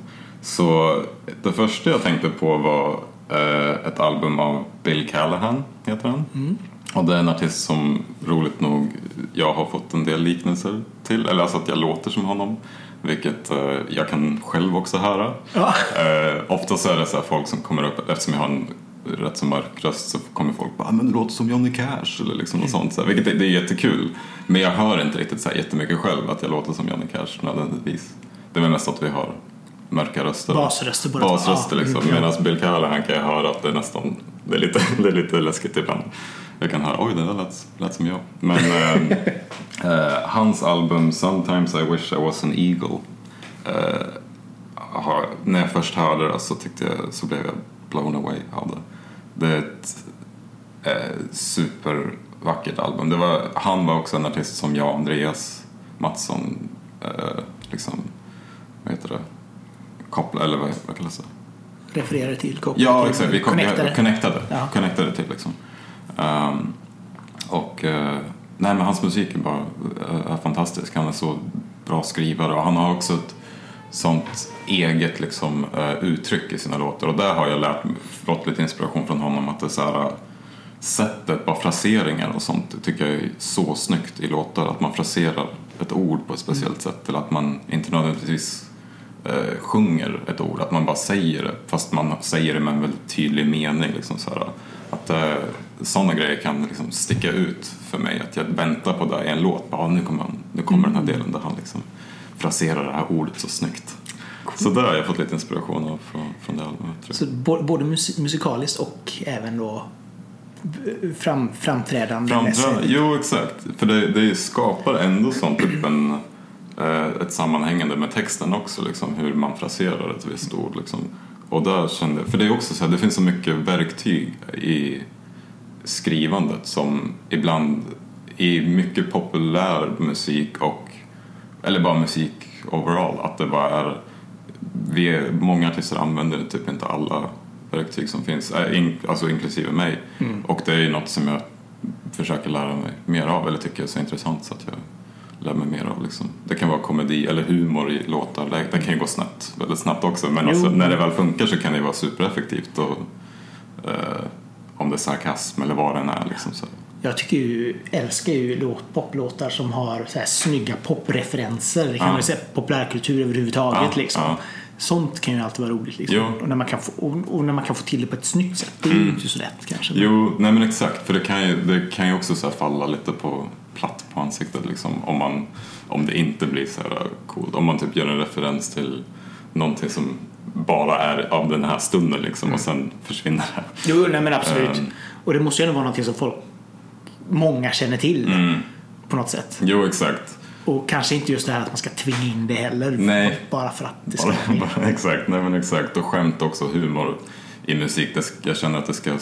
Så det första jag tänkte på var eh, ett album av Bill Callahan, heter han. Mm. Och det är en artist som roligt nog jag har fått en del liknelser till. Eller alltså att jag låter som honom. Vilket eh, jag kan själv också höra. Ja. Eh, ofta så är det så här folk som kommer upp, eftersom jag har en rätt så mörk röst, så kommer folk bara, men du låter som Johnny Cash eller liksom något sånt. Så här, vilket är, det är jättekul. Men jag hör inte riktigt så här jättemycket själv att jag låter som Johnny Cash nödvändigtvis. Det är väl mest att vi har mörka röster. Basröster bara. Basröster liksom. Ja. Medan Bill Callahan kan jag höra att det är nästan, det är lite, det är lite läskigt ibland. Jag kan höra, oj det där lät, lät som jag. Men eh, eh, hans album Sometimes I Wish I Was an Eagle, eh, har, när jag först hörde det så tyckte jag, så blev jag blown away av det. Det är ett eh, supervackert album. Det var, han var också en artist som jag och Andreas Mattsson eh, liksom, vad heter det? Koppla, eller vad, vad kallas det? Refererar till, koppla ja, till. Exakt, vi connectade. Connectade, ja. connectade till liksom. Um, och uh, nej men hans musik är bara uh, är fantastisk. Han är så bra skrivare och han har också ett sånt eget liksom uh, uttryck i sina låtar, och där har jag lärt mig, fått lite inspiration från honom, att det är så här, uh, sättet, bara fraseringar och sånt tycker jag är så snyggt i låtar, att man fraserar ett ord på ett speciellt mm. sätt, eller att man inte nödvändigtvis uh, sjunger ett ord, att man bara säger det fast man säger det med en väldigt tydlig mening liksom så här, att uh, sådana grejer kan liksom sticka ut för mig, att jag väntar på det i en låt, bara, nu kommer, han, nu kommer mm. den här delen där han liksom fraserar det här ordet så snyggt. Cool. Så där har jag fått lite inspiration av från, från det albumet. Så både mus- musikaliskt och även då fram, framträdande? Framträdande, jo exakt. För det, det skapar ändå sånt typ en, ett sammanhängande med texten också, liksom, hur man fraserar ett visst ord. Liksom. Och där kände jag, för det är också så här, det finns så mycket verktyg i skrivandet som ibland i mycket populär musik och eller bara musik overall, att det bara är, vi är, många artister använder det typ inte alla verktyg som finns, alltså inklusive mig. Mm. Och det är något som jag försöker lära mig mer av, eller tycker är så intressant så att jag lär mig mer av liksom. Det kan vara komedi eller humor i låtar, det kan ju gå snabbt, väldigt snabbt också, men alltså, när det väl funkar så kan det vara supereffektivt, och eh, om det är sarkasm eller vad den är liksom så. Jag tycker ju, älskar ju låt, poplåtar som har så här snygga popreferenser. Det kan man ja. säga populärkultur överhuvudtaget ja, liksom. Ja. Sånt kan ju alltid vara roligt liksom. Och när man kan få, och, och när man kan få till det på ett snyggt sätt. Det är mm. ju inte så lätt kanske. Jo, nej men exakt. För det kan ju, det kan ju också så här falla lite på platt på ansiktet liksom. Om, man, om det inte blir så här coolt. Om man typ gör en referens till någonting som bara är av den här stunden liksom. Mm. Och sen försvinner det. Jo, nej men absolut. Um, och det måste ju ändå vara någonting som folk många känner till mm. på något sätt. Jo, exakt. Och kanske inte just det här att man ska tvinga in det heller. Nej. Bara för att det ska bara, bara, exakt, nej men exakt. Och skämt också, humor i musik. Det, jag känner att det ska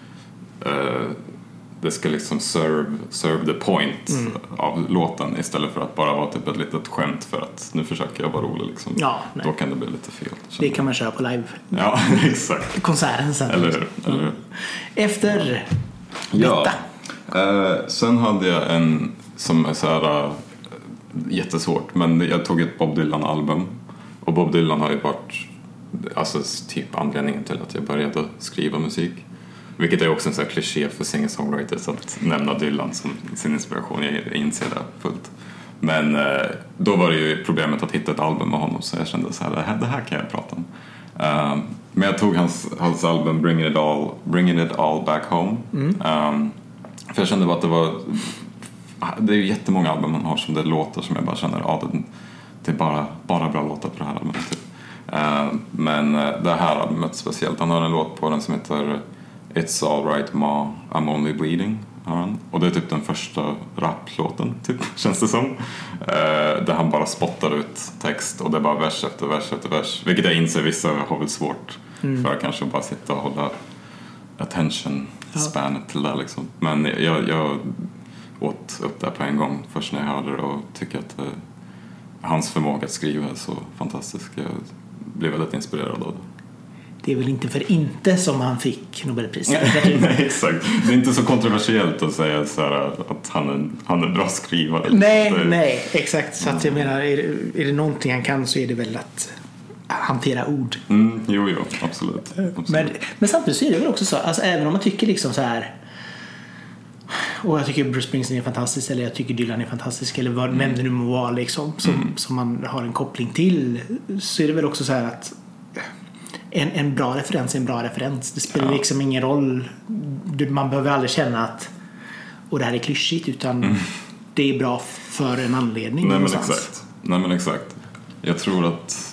uh, det ska liksom serve, serve the point mm. av låten, istället för att bara vara typ ett litet skämt för att nu försöker jag vara rolig liksom. Ja, då kan det bli lite fel. Det kan man köra på live. Ja, exakt. Konserten sen. Eller hur? Eller hur? Efter ja. detta. Uh, sen hade jag en som är så här uh, jättesvårt, men jag tog ett Bob Dylan-album, och Bob Dylan har ju varit alltså typ anledningen till att jag började skriva musik, vilket är också en sån här kliché för singer-songwriters att nämna Dylan som sin inspiration. Jag inser det fullt, men uh, då var det ju problemet att hitta ett album med honom, så jag kände så här, det här, det här kan jag prata om. Uh, men jag tog hans, hans album Bringing It All, Bringing It All Back Home. Mm. Um, För jag kände bara att det var, det är ju jättemånga album man har som det låter som jag bara känner, ja det, det är bara, bara bra låtar på det här albumet typ. uh, Men uh, det här albumet speciellt, han har en låt på den som heter It's All Right Ma, I'm Only Bleeding, har han. Och det är typ den första raplåten typ, känns det som, uh, där han bara spottar ut text, och det är bara vers efter vers efter vers, vilket jag inser vissa har väl svårt mm. för kanske bara sitta och hålla attention spanet till det liksom. Men jag, jag åt upp det på en gång först när jag hörde det, och tycker att eh, hans förmåga att skriva är så fantastisk. Jag blev väldigt inspirerad av det. Det är väl inte för inte som han fick Nobelpriset. Nej, exakt. Det är inte så kontroversiellt att säga så här, att han är, han är bra skrivare. Nej, är... nej, exakt. Så att jag menar, är det, är det någonting han kan, så är det väl att hantera ord. Mm, jo, jo, absolut. absolut. Men, men samtidigt så är det väl också så, alltså, även om man tycker liksom så här, och jag tycker Bruce Springsteen är fantastisk, eller jag tycker Dylan är fantastisk, eller vad, mm. vem det nu må vara liksom, som, mm. som man har en koppling till, så är det väl också så här att en, en bra referens är en bra referens. Det spelar ja. liksom ingen roll. Man behöver aldrig känna att och det här är klyschigt, utan mm. det är bra för en anledning. Nej, men exakt. Nej men exakt. Jag tror att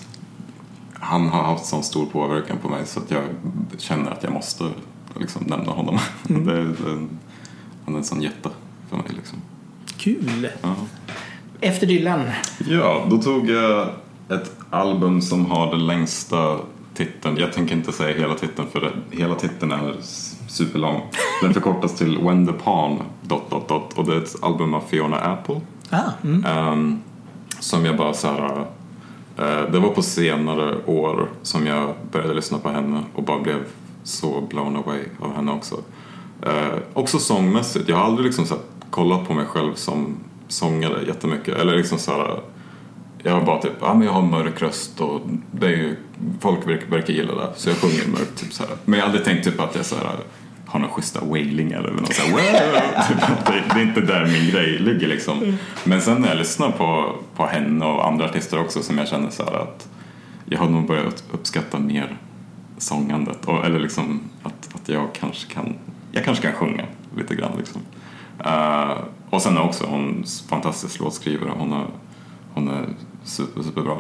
han har haft sån stor påverkan på mig så att jag känner att jag måste liksom nämna honom. Mm. det, det, han är en sån jätte för mig liksom. Kul. Ja. Efter Dylan. Ja, då tog jag ett album som har den längsta titeln. Jag tänker inte säga hela titeln, för det, hela titeln är superlång. Den förkortas till When the Pawn dot dot dot, och det är ett album av Fiona Apple. Ah, mm. um, som jag bara så här, uh, det var på senare år som jag började lyssna på henne och bara blev så blown away av henne också. Uh, också sångmässigt. Jag har aldrig liksom så här, kollat på mig själv som sångare jättemycket, eller liksom så här, jag har bara typ, ja ah, men jag har mörk röst och det är ju, folk verkar, verkar gilla det, så jag sjunger mörkt typ så här. Men jag har aldrig tänkt typ att jag så här har några schyssta wailingar eller något så här, wow! Typ, det, det är inte där min grej ligger liksom. Men sen när jag lyssnar på, på henne och andra artister också, som jag känner så här att jag har nog börjat uppskatta mer sångandet, och, eller liksom att, att jag kanske kan jag kanske kan sjunga lite grann liksom. Uh, och sen också hon fantastisk låtskrivare, hon är, hon är super, superbra.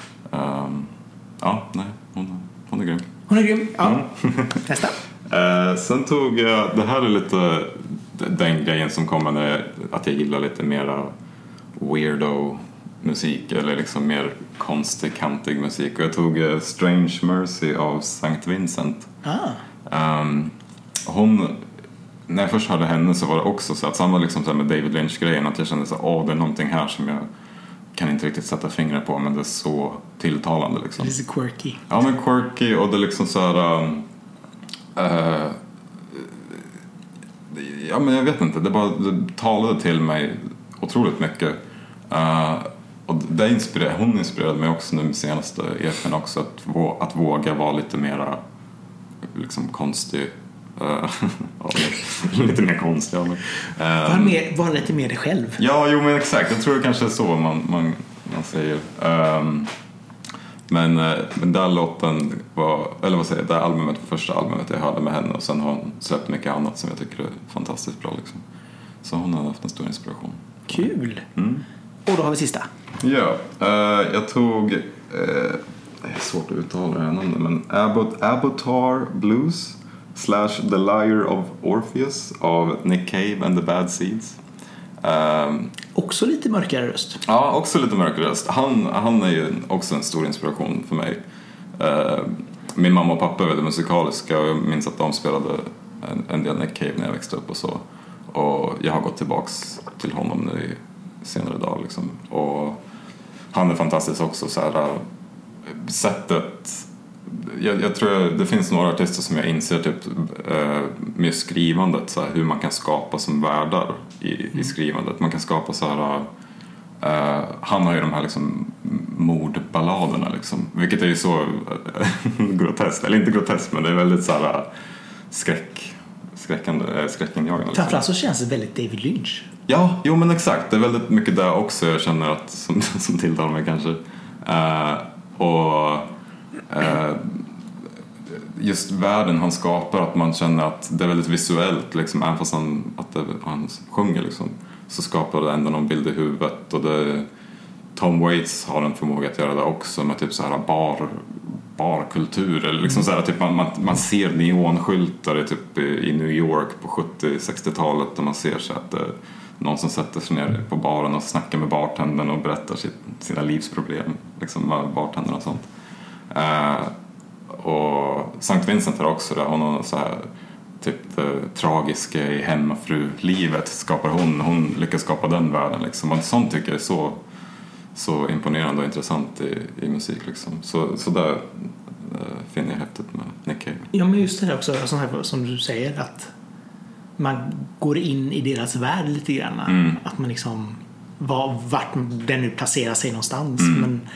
Um, ja, nej, hon, hon är grym. Hon är grym, ja. Mm. Nästa. Uh, sen tog jag, det här är lite den grejen som kommer när att jag gillar lite mera weirdo musik, eller liksom mer konstig, kantig musik, och jag tog uh, Strange Mercy av Saint Vincent. Ah. Um, hon, när jag först hörde henne så var det också så att samma liksom så här med David Lynch-grejen, att jag kände så åh, det är någonting här som jag kan inte riktigt sätta fingrar på, men det är så tilltalande liksom. Det är så quirky. Ja, men quirky, och det är liksom så här um, uh, ja, men jag vet inte, det bara det talade till mig otroligt mycket. Uh, och det inspirerade, hon inspirerade mig också nu med senaste E P:n också, att, vå, att våga vara lite mera liksom konstig. Uh, ja, lite mer konstig. Ja, men, um, var, mer, var lite mer dig själv. Ja, jo men exakt. Jag tror det kanske är så man, man, man säger. Um, men, men där låten var, eller vad säger jag, det albumet var första albumet jag hörde med henne, och sen har hon släppt mycket annat som jag tycker är fantastiskt bra liksom. Så hon har haft en stor inspiration. Kul. Mm. Och då har vi sista. Ja, uh, jag tog uh, det är svårt att uttala det här namnet, men Abbot, Abbotar Blues slash The Lyre of Orpheus av Nick Cave and the Bad Seeds. Um, också lite mörkare röst. Ja, också lite mörkare röst. Han, han är ju också en stor inspiration för mig. Uh, min mamma och pappa är väldigt musikaliska, och jag minns att de spelade en, en del Nick Cave när jag växte upp och så. Och jag har gått tillbaks till honom nu i senare dag liksom. Och han är fantastisk också, så här, sättet. Jag, jag tror jag, det finns några artister som jag inser typ eh, med skrivandet, så här, hur man kan skapa som världar i, mm. i skrivandet. Man kan skapa så här, eh, han har ju de här liksom mordballaderna liksom, vilket är ju så eh, groteskt, eller inte groteskt, men det är väldigt så här skräck skräckande, äh, skräckinjagande liksom. Framförallt så känns det väldigt David Lynch. Ja, jo men exakt, det är väldigt mycket där också jag känner att som, som tilltalar mig kanske. Uh, och uh, just världen han skapar, att man känner att det är väldigt visuellt liksom, även fast han, att det, han sjunger liksom, så skapar det ändå någon bild i huvudet. Och det, Tom Waits har en förmåga att göra det också med typ så här bar, barkultur eller liksom så här, typ man, man, man ser neonskyltar i, typ i New York på sjuttio-sextiotalet, och man ser så att det, någon som sätter sig ner på baren och snackar med bartendern och berättar sitt, sina livsproblem liksom, med bartendern och sånt. Uh, och Saint Vincent har också det, hon har så här typ det tragiska i hemmafru-livet skapar hon, hon lyckas skapa den världen liksom, och sånt tycker jag är så så imponerande och intressant i, i musik liksom. Så, så där äh, finner jag häftigt med Nick Cave. Ja, men just det här också, sån här, som du säger, att man går in i deras värld lite grann. Mm. Att man liksom var, vart den nu placerar sig någonstans. Mm. Men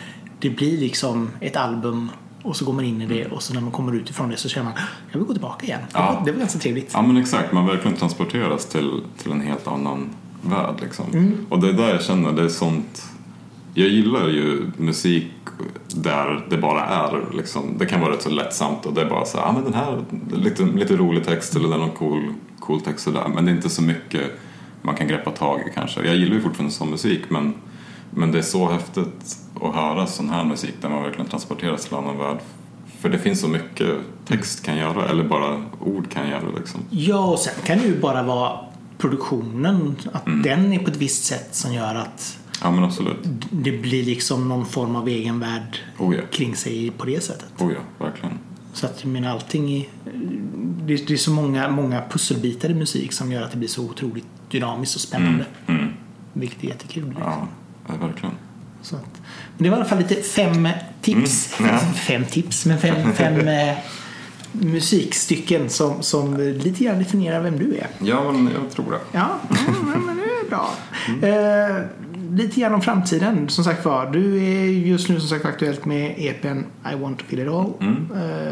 det blir liksom ett album och så går man in i det och så när man kommer ut ifrån det så känner man jag vill gå tillbaka igen. Det, ja. var, det var ganska trevligt. Ja men exakt, man verkligen transporteras till, till en helt annan värld liksom. Mm. Och det är där jag känner, det är sånt. Jag gillar ju musik där det bara är liksom, det kan vara rätt så lättsamt och det är bara så ja ah, men den här lite, lite rolig text eller den är någon cool, cool text och där, men det är inte så mycket man kan greppa tag i kanske. Jag gillar ju fortfarande sån musik men, men det är så häftigt att höra sån här musik där man verkligen transporteras till en annan värld. För det finns så mycket text kan göra eller bara ord kan göra liksom. Ja, och sen kan det ju bara vara produktionen, att mm. den är på ett visst sätt som gör att ja, men absolut. det blir liksom någon form av egen värld oh, ja. kring sig på det sättet. Oh ja, verkligen. Så att jag menar allting är, det, är, det är så många, många pusselbitar i musik som gör att det blir så otroligt dynamiskt och spännande. Mm. Mm. Vilket är jättekul. Liksom. Ja, ja, verkligen. Så att, men det var i alla fall lite fem tips. Mm. Ja. Fem tips, men fem, fem eh, musikstycken som, som lite grann definierar vem du är. Ja, men jag tror det. Ja, ja men det är bra. Mm. Eh, lite grann om framtiden. Som sagt var, du är just nu som sagt aktuellt med E P:n I Want to Feel It All. Mm.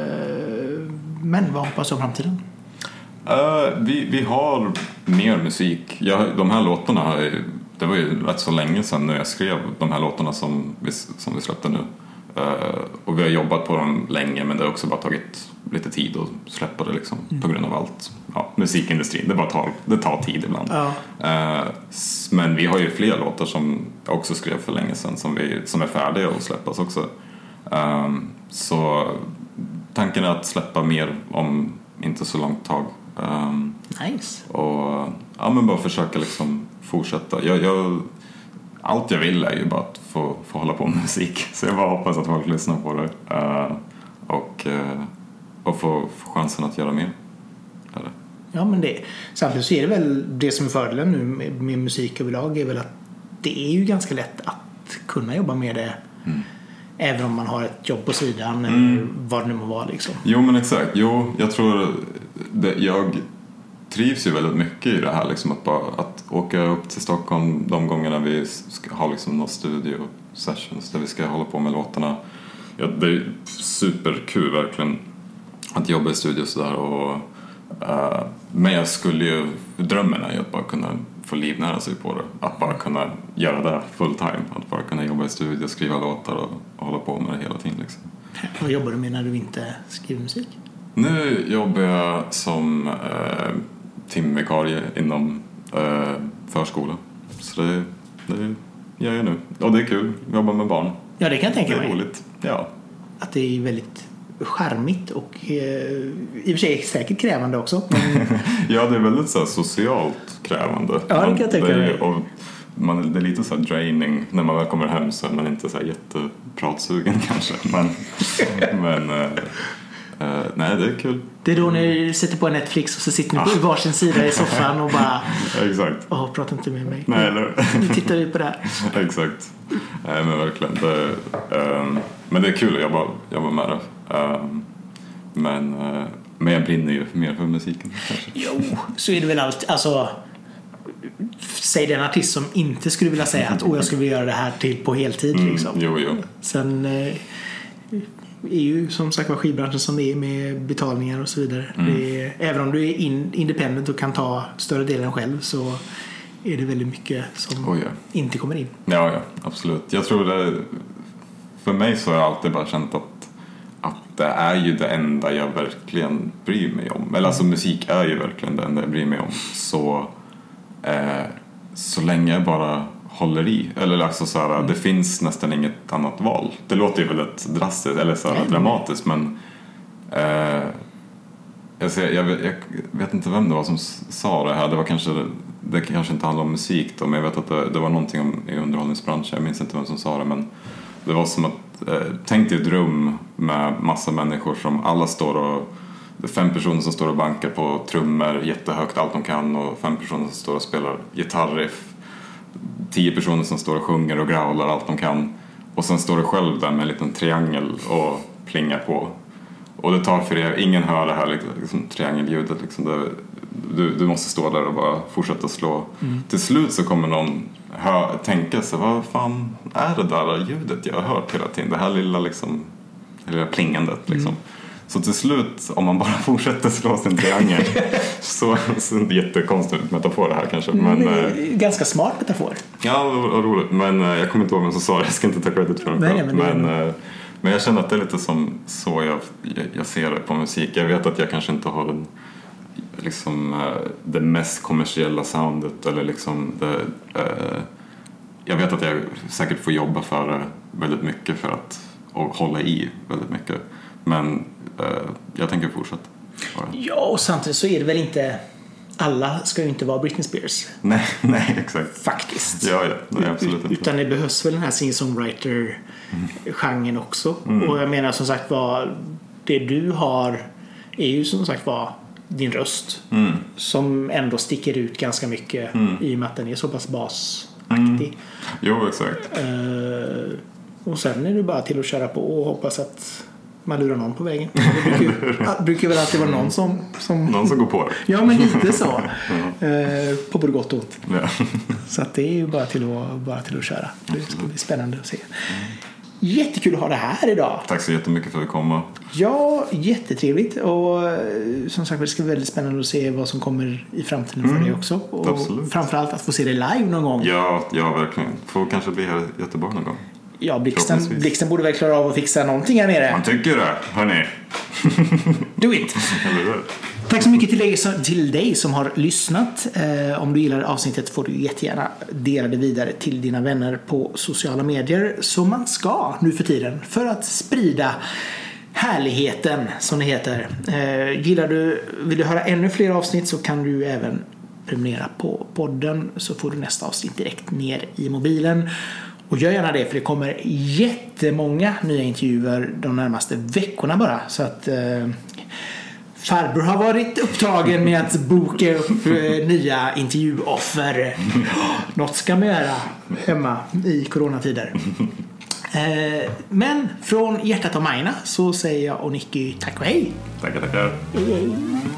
Eh, men vad hoppas du om framtiden? Uh, vi, vi har mer musik. Jag, de här låtarna, det var ju rätt så länge sedan när jag skrev de här låtarna som vi, som vi släppte nu. Uh, och vi har jobbat på dem länge, men det har också bara tagit lite tid att släppa det liksom, mm. på grund av allt. Ja, musikindustrin, det bara tar, det tar tid ibland. Ja. Uh, men vi har ju fler låtar som jag också skrev för länge sedan som, vi, som är färdiga att släppas också. Uh, så tanken är att släppa mer om inte så långt tag. Um, nice. Och ja, men bara försöka liksom fortsätta. Jag, jag, allt jag vill är ju bara att få, få hålla på med musik. Så jag bara hoppas att folk lyssnar på det. Uh, och uh, och få, få chansen att göra mer. Eller? Ja, men det, samtidigt så är det väl det som är fördelen nu med, med musik överlag är väl att det är ju ganska lätt att kunna jobba med det. Mm. Även om man har ett jobb på sidan eller mm. vad det nu må vara liksom. Jo men exakt, jo jag tror det, jag trivs ju väldigt mycket i det här liksom, att, bara, att åka upp till Stockholm de gångerna vi ska ha liksom några studio sessions där vi ska hålla på med låtarna. Ja, det är superkul verkligen att jobba i studio sådär och uh, men jag skulle ju, drömmen är ju att bara kunna få livnära sig på det. Att bara kunna göra det full time. Att bara kunna jobba i studio, skriva låtar och, och hålla på med det hela tiden. Liksom. Vad jobbar du med när du inte skriver musik? Nu jobbar jag som eh, timvikarie inom eh, förskola. Så det, det gör jag nu. Och det är kul. Jobba med barn. Ja, det kan jag tänka mig. Det är roligt. Ja. Att det är väldigt charmigt och eh, i och för sig säkert krävande också. Men... ja, det är väldigt så här, socialt krävande. Ja, det kan jag tänka mig. Och man, det är lite så här draining när man väl kommer hem så är man inte så här jättepratsugen kanske. Men, men uh, uh, nej, det är kul. Det är då när du sitter på Netflix och så sitter ni på varsin sida i soffan och bara exakt. Åh, prata inte med mig. Nej, eller? Nu tittar vi på det här. Exakt. Nej, men verkligen. Det, um, men det är kul att jobba, jobba med det. Um, men, uh, men jag brinner ju mer för musiken kanske. Jo, så är det väl allt. Alltså, säg den artist som inte skulle vilja säga att åh, jag skulle vilja göra det här till på heltid. Mm, liksom. Jo, jo. Sen eh, är ju som sagt var skivbranschen som det är med betalningar och så vidare. Mm. Det är, även om du är in, independent och kan ta större delen själv så är det väldigt mycket som oh, ja. inte kommer in. Ja, ja, absolut. Jag tror det, för mig så har jag alltid bara känt att att det är ju det enda jag verkligen bryr mig om. Eller alltså musik är ju verkligen det enda jag bryr mig om. Så eh, så länge jag bara håller i. Eller alltså så här, mm. det finns nästan inget annat val. Det låter ju väldigt drastiskt eller så här, mm. dramatiskt. Men eh, jag, ser, jag, vet, jag vet inte vem det var som sa det här. Det var kanske, det kanske inte handlar om musik då. Men jag vet att det, det var någonting om, i underhållningsbranschen. Jag minns inte vem som sa det. Men det var som att eh, tänk dig ett rum med massa människor som alla står och det är fem personer som står och bankar på trummor jättehögt allt de kan och fem personer som står och spelar gitarriff, tio personer som står och sjunger och growlar allt de kan och sen står du själv där med en liten triangel och plingar på och det tar för det, ingen hör det här liksom, triangelljudet liksom, det, du, du måste stå där och bara fortsätta slå. Mm. Till slut så kommer någon hör, tänka sig, vad fan är det där ljudet jag har hört hela tiden? Det här lilla liksom, det lilla plingandet liksom. Mm. Så till slut, om man bara fortsätter slå sin triangel så, så är det jättekonstigt metafor det här kanske. Men, mm, ganska smart metafor. Ja, vad roligt. Men jag kommer inte ihåg vem som sa det. Jag ska inte ta credit för det. Nej, men, men, men, men jag känner att det är lite som så jag, jag, jag ser det på musik. Jag vet att jag kanske inte har en, liksom, det mest kommersiella soundet. Eller liksom det, eh, jag vet att jag säkert får jobba för det väldigt mycket för att och hålla i väldigt mycket. Men eh, jag tänker fortsätta. Ja, och samtidigt så är det väl inte... Alla ska ju inte vara Britney Spears. Nej, nej, exakt. Faktiskt. Ja, ja, nej, absolut inte. Utan det behövs väl den här singer-songwriter-genren också. Mm. Och jag menar som sagt vad det du har är ju som sagt vad din röst. Mm. Som ändå sticker ut ganska mycket mm. i och med att den är så pass basaktig. Mm. Jo, exakt. Uh, och sen är det bara till att köra på och hoppas att man lurar någon på vägen. Det brukar, ju, brukar väl alltid vara någon som, som... Någon som går på det. Ja, men lite så. Ja. Eh, på både gott och ont. Ja. Så att det är ju bara till att, bara till att köra. Det ska bli spännande att se. Jättekul att ha det här idag. Tack så jättemycket för att du kom. Ja, jättetrevligt. Och som sagt, det ska bli väldigt spännande att se vad som kommer i framtiden för mm. dig också. Och absolut. Framförallt att få se det live någon gång. Ja, ja verkligen. Får kanske bli här i Göteborg någon gång. Ja, Blixten, Blixten borde väl klara av att fixa någonting här nere. Man tycker det, hörni. Do it. Tack så mycket till dig, till dig som har lyssnat. Eh, om du gillar avsnittet får du jättegärna dela det vidare till dina vänner på sociala medier. Som man ska nu för tiden. För att sprida härligheten, som det heter. Eh, gillar du, vill du höra ännu fler avsnitt så kan du även prenumerera på podden. Så får du nästa avsnitt direkt ner i mobilen. Och gör gärna det, för det kommer jättemånga nya intervjuer de närmaste veckorna bara. Så att eh, farbror har varit upptagen med att boka upp eh, nya intervjuoffer. Något ska man göra hemma i coronatider. Eh, men från hjärtat av Majna så säger jag och Nicky tack och hej. Tackar, tackar. Hej, hej.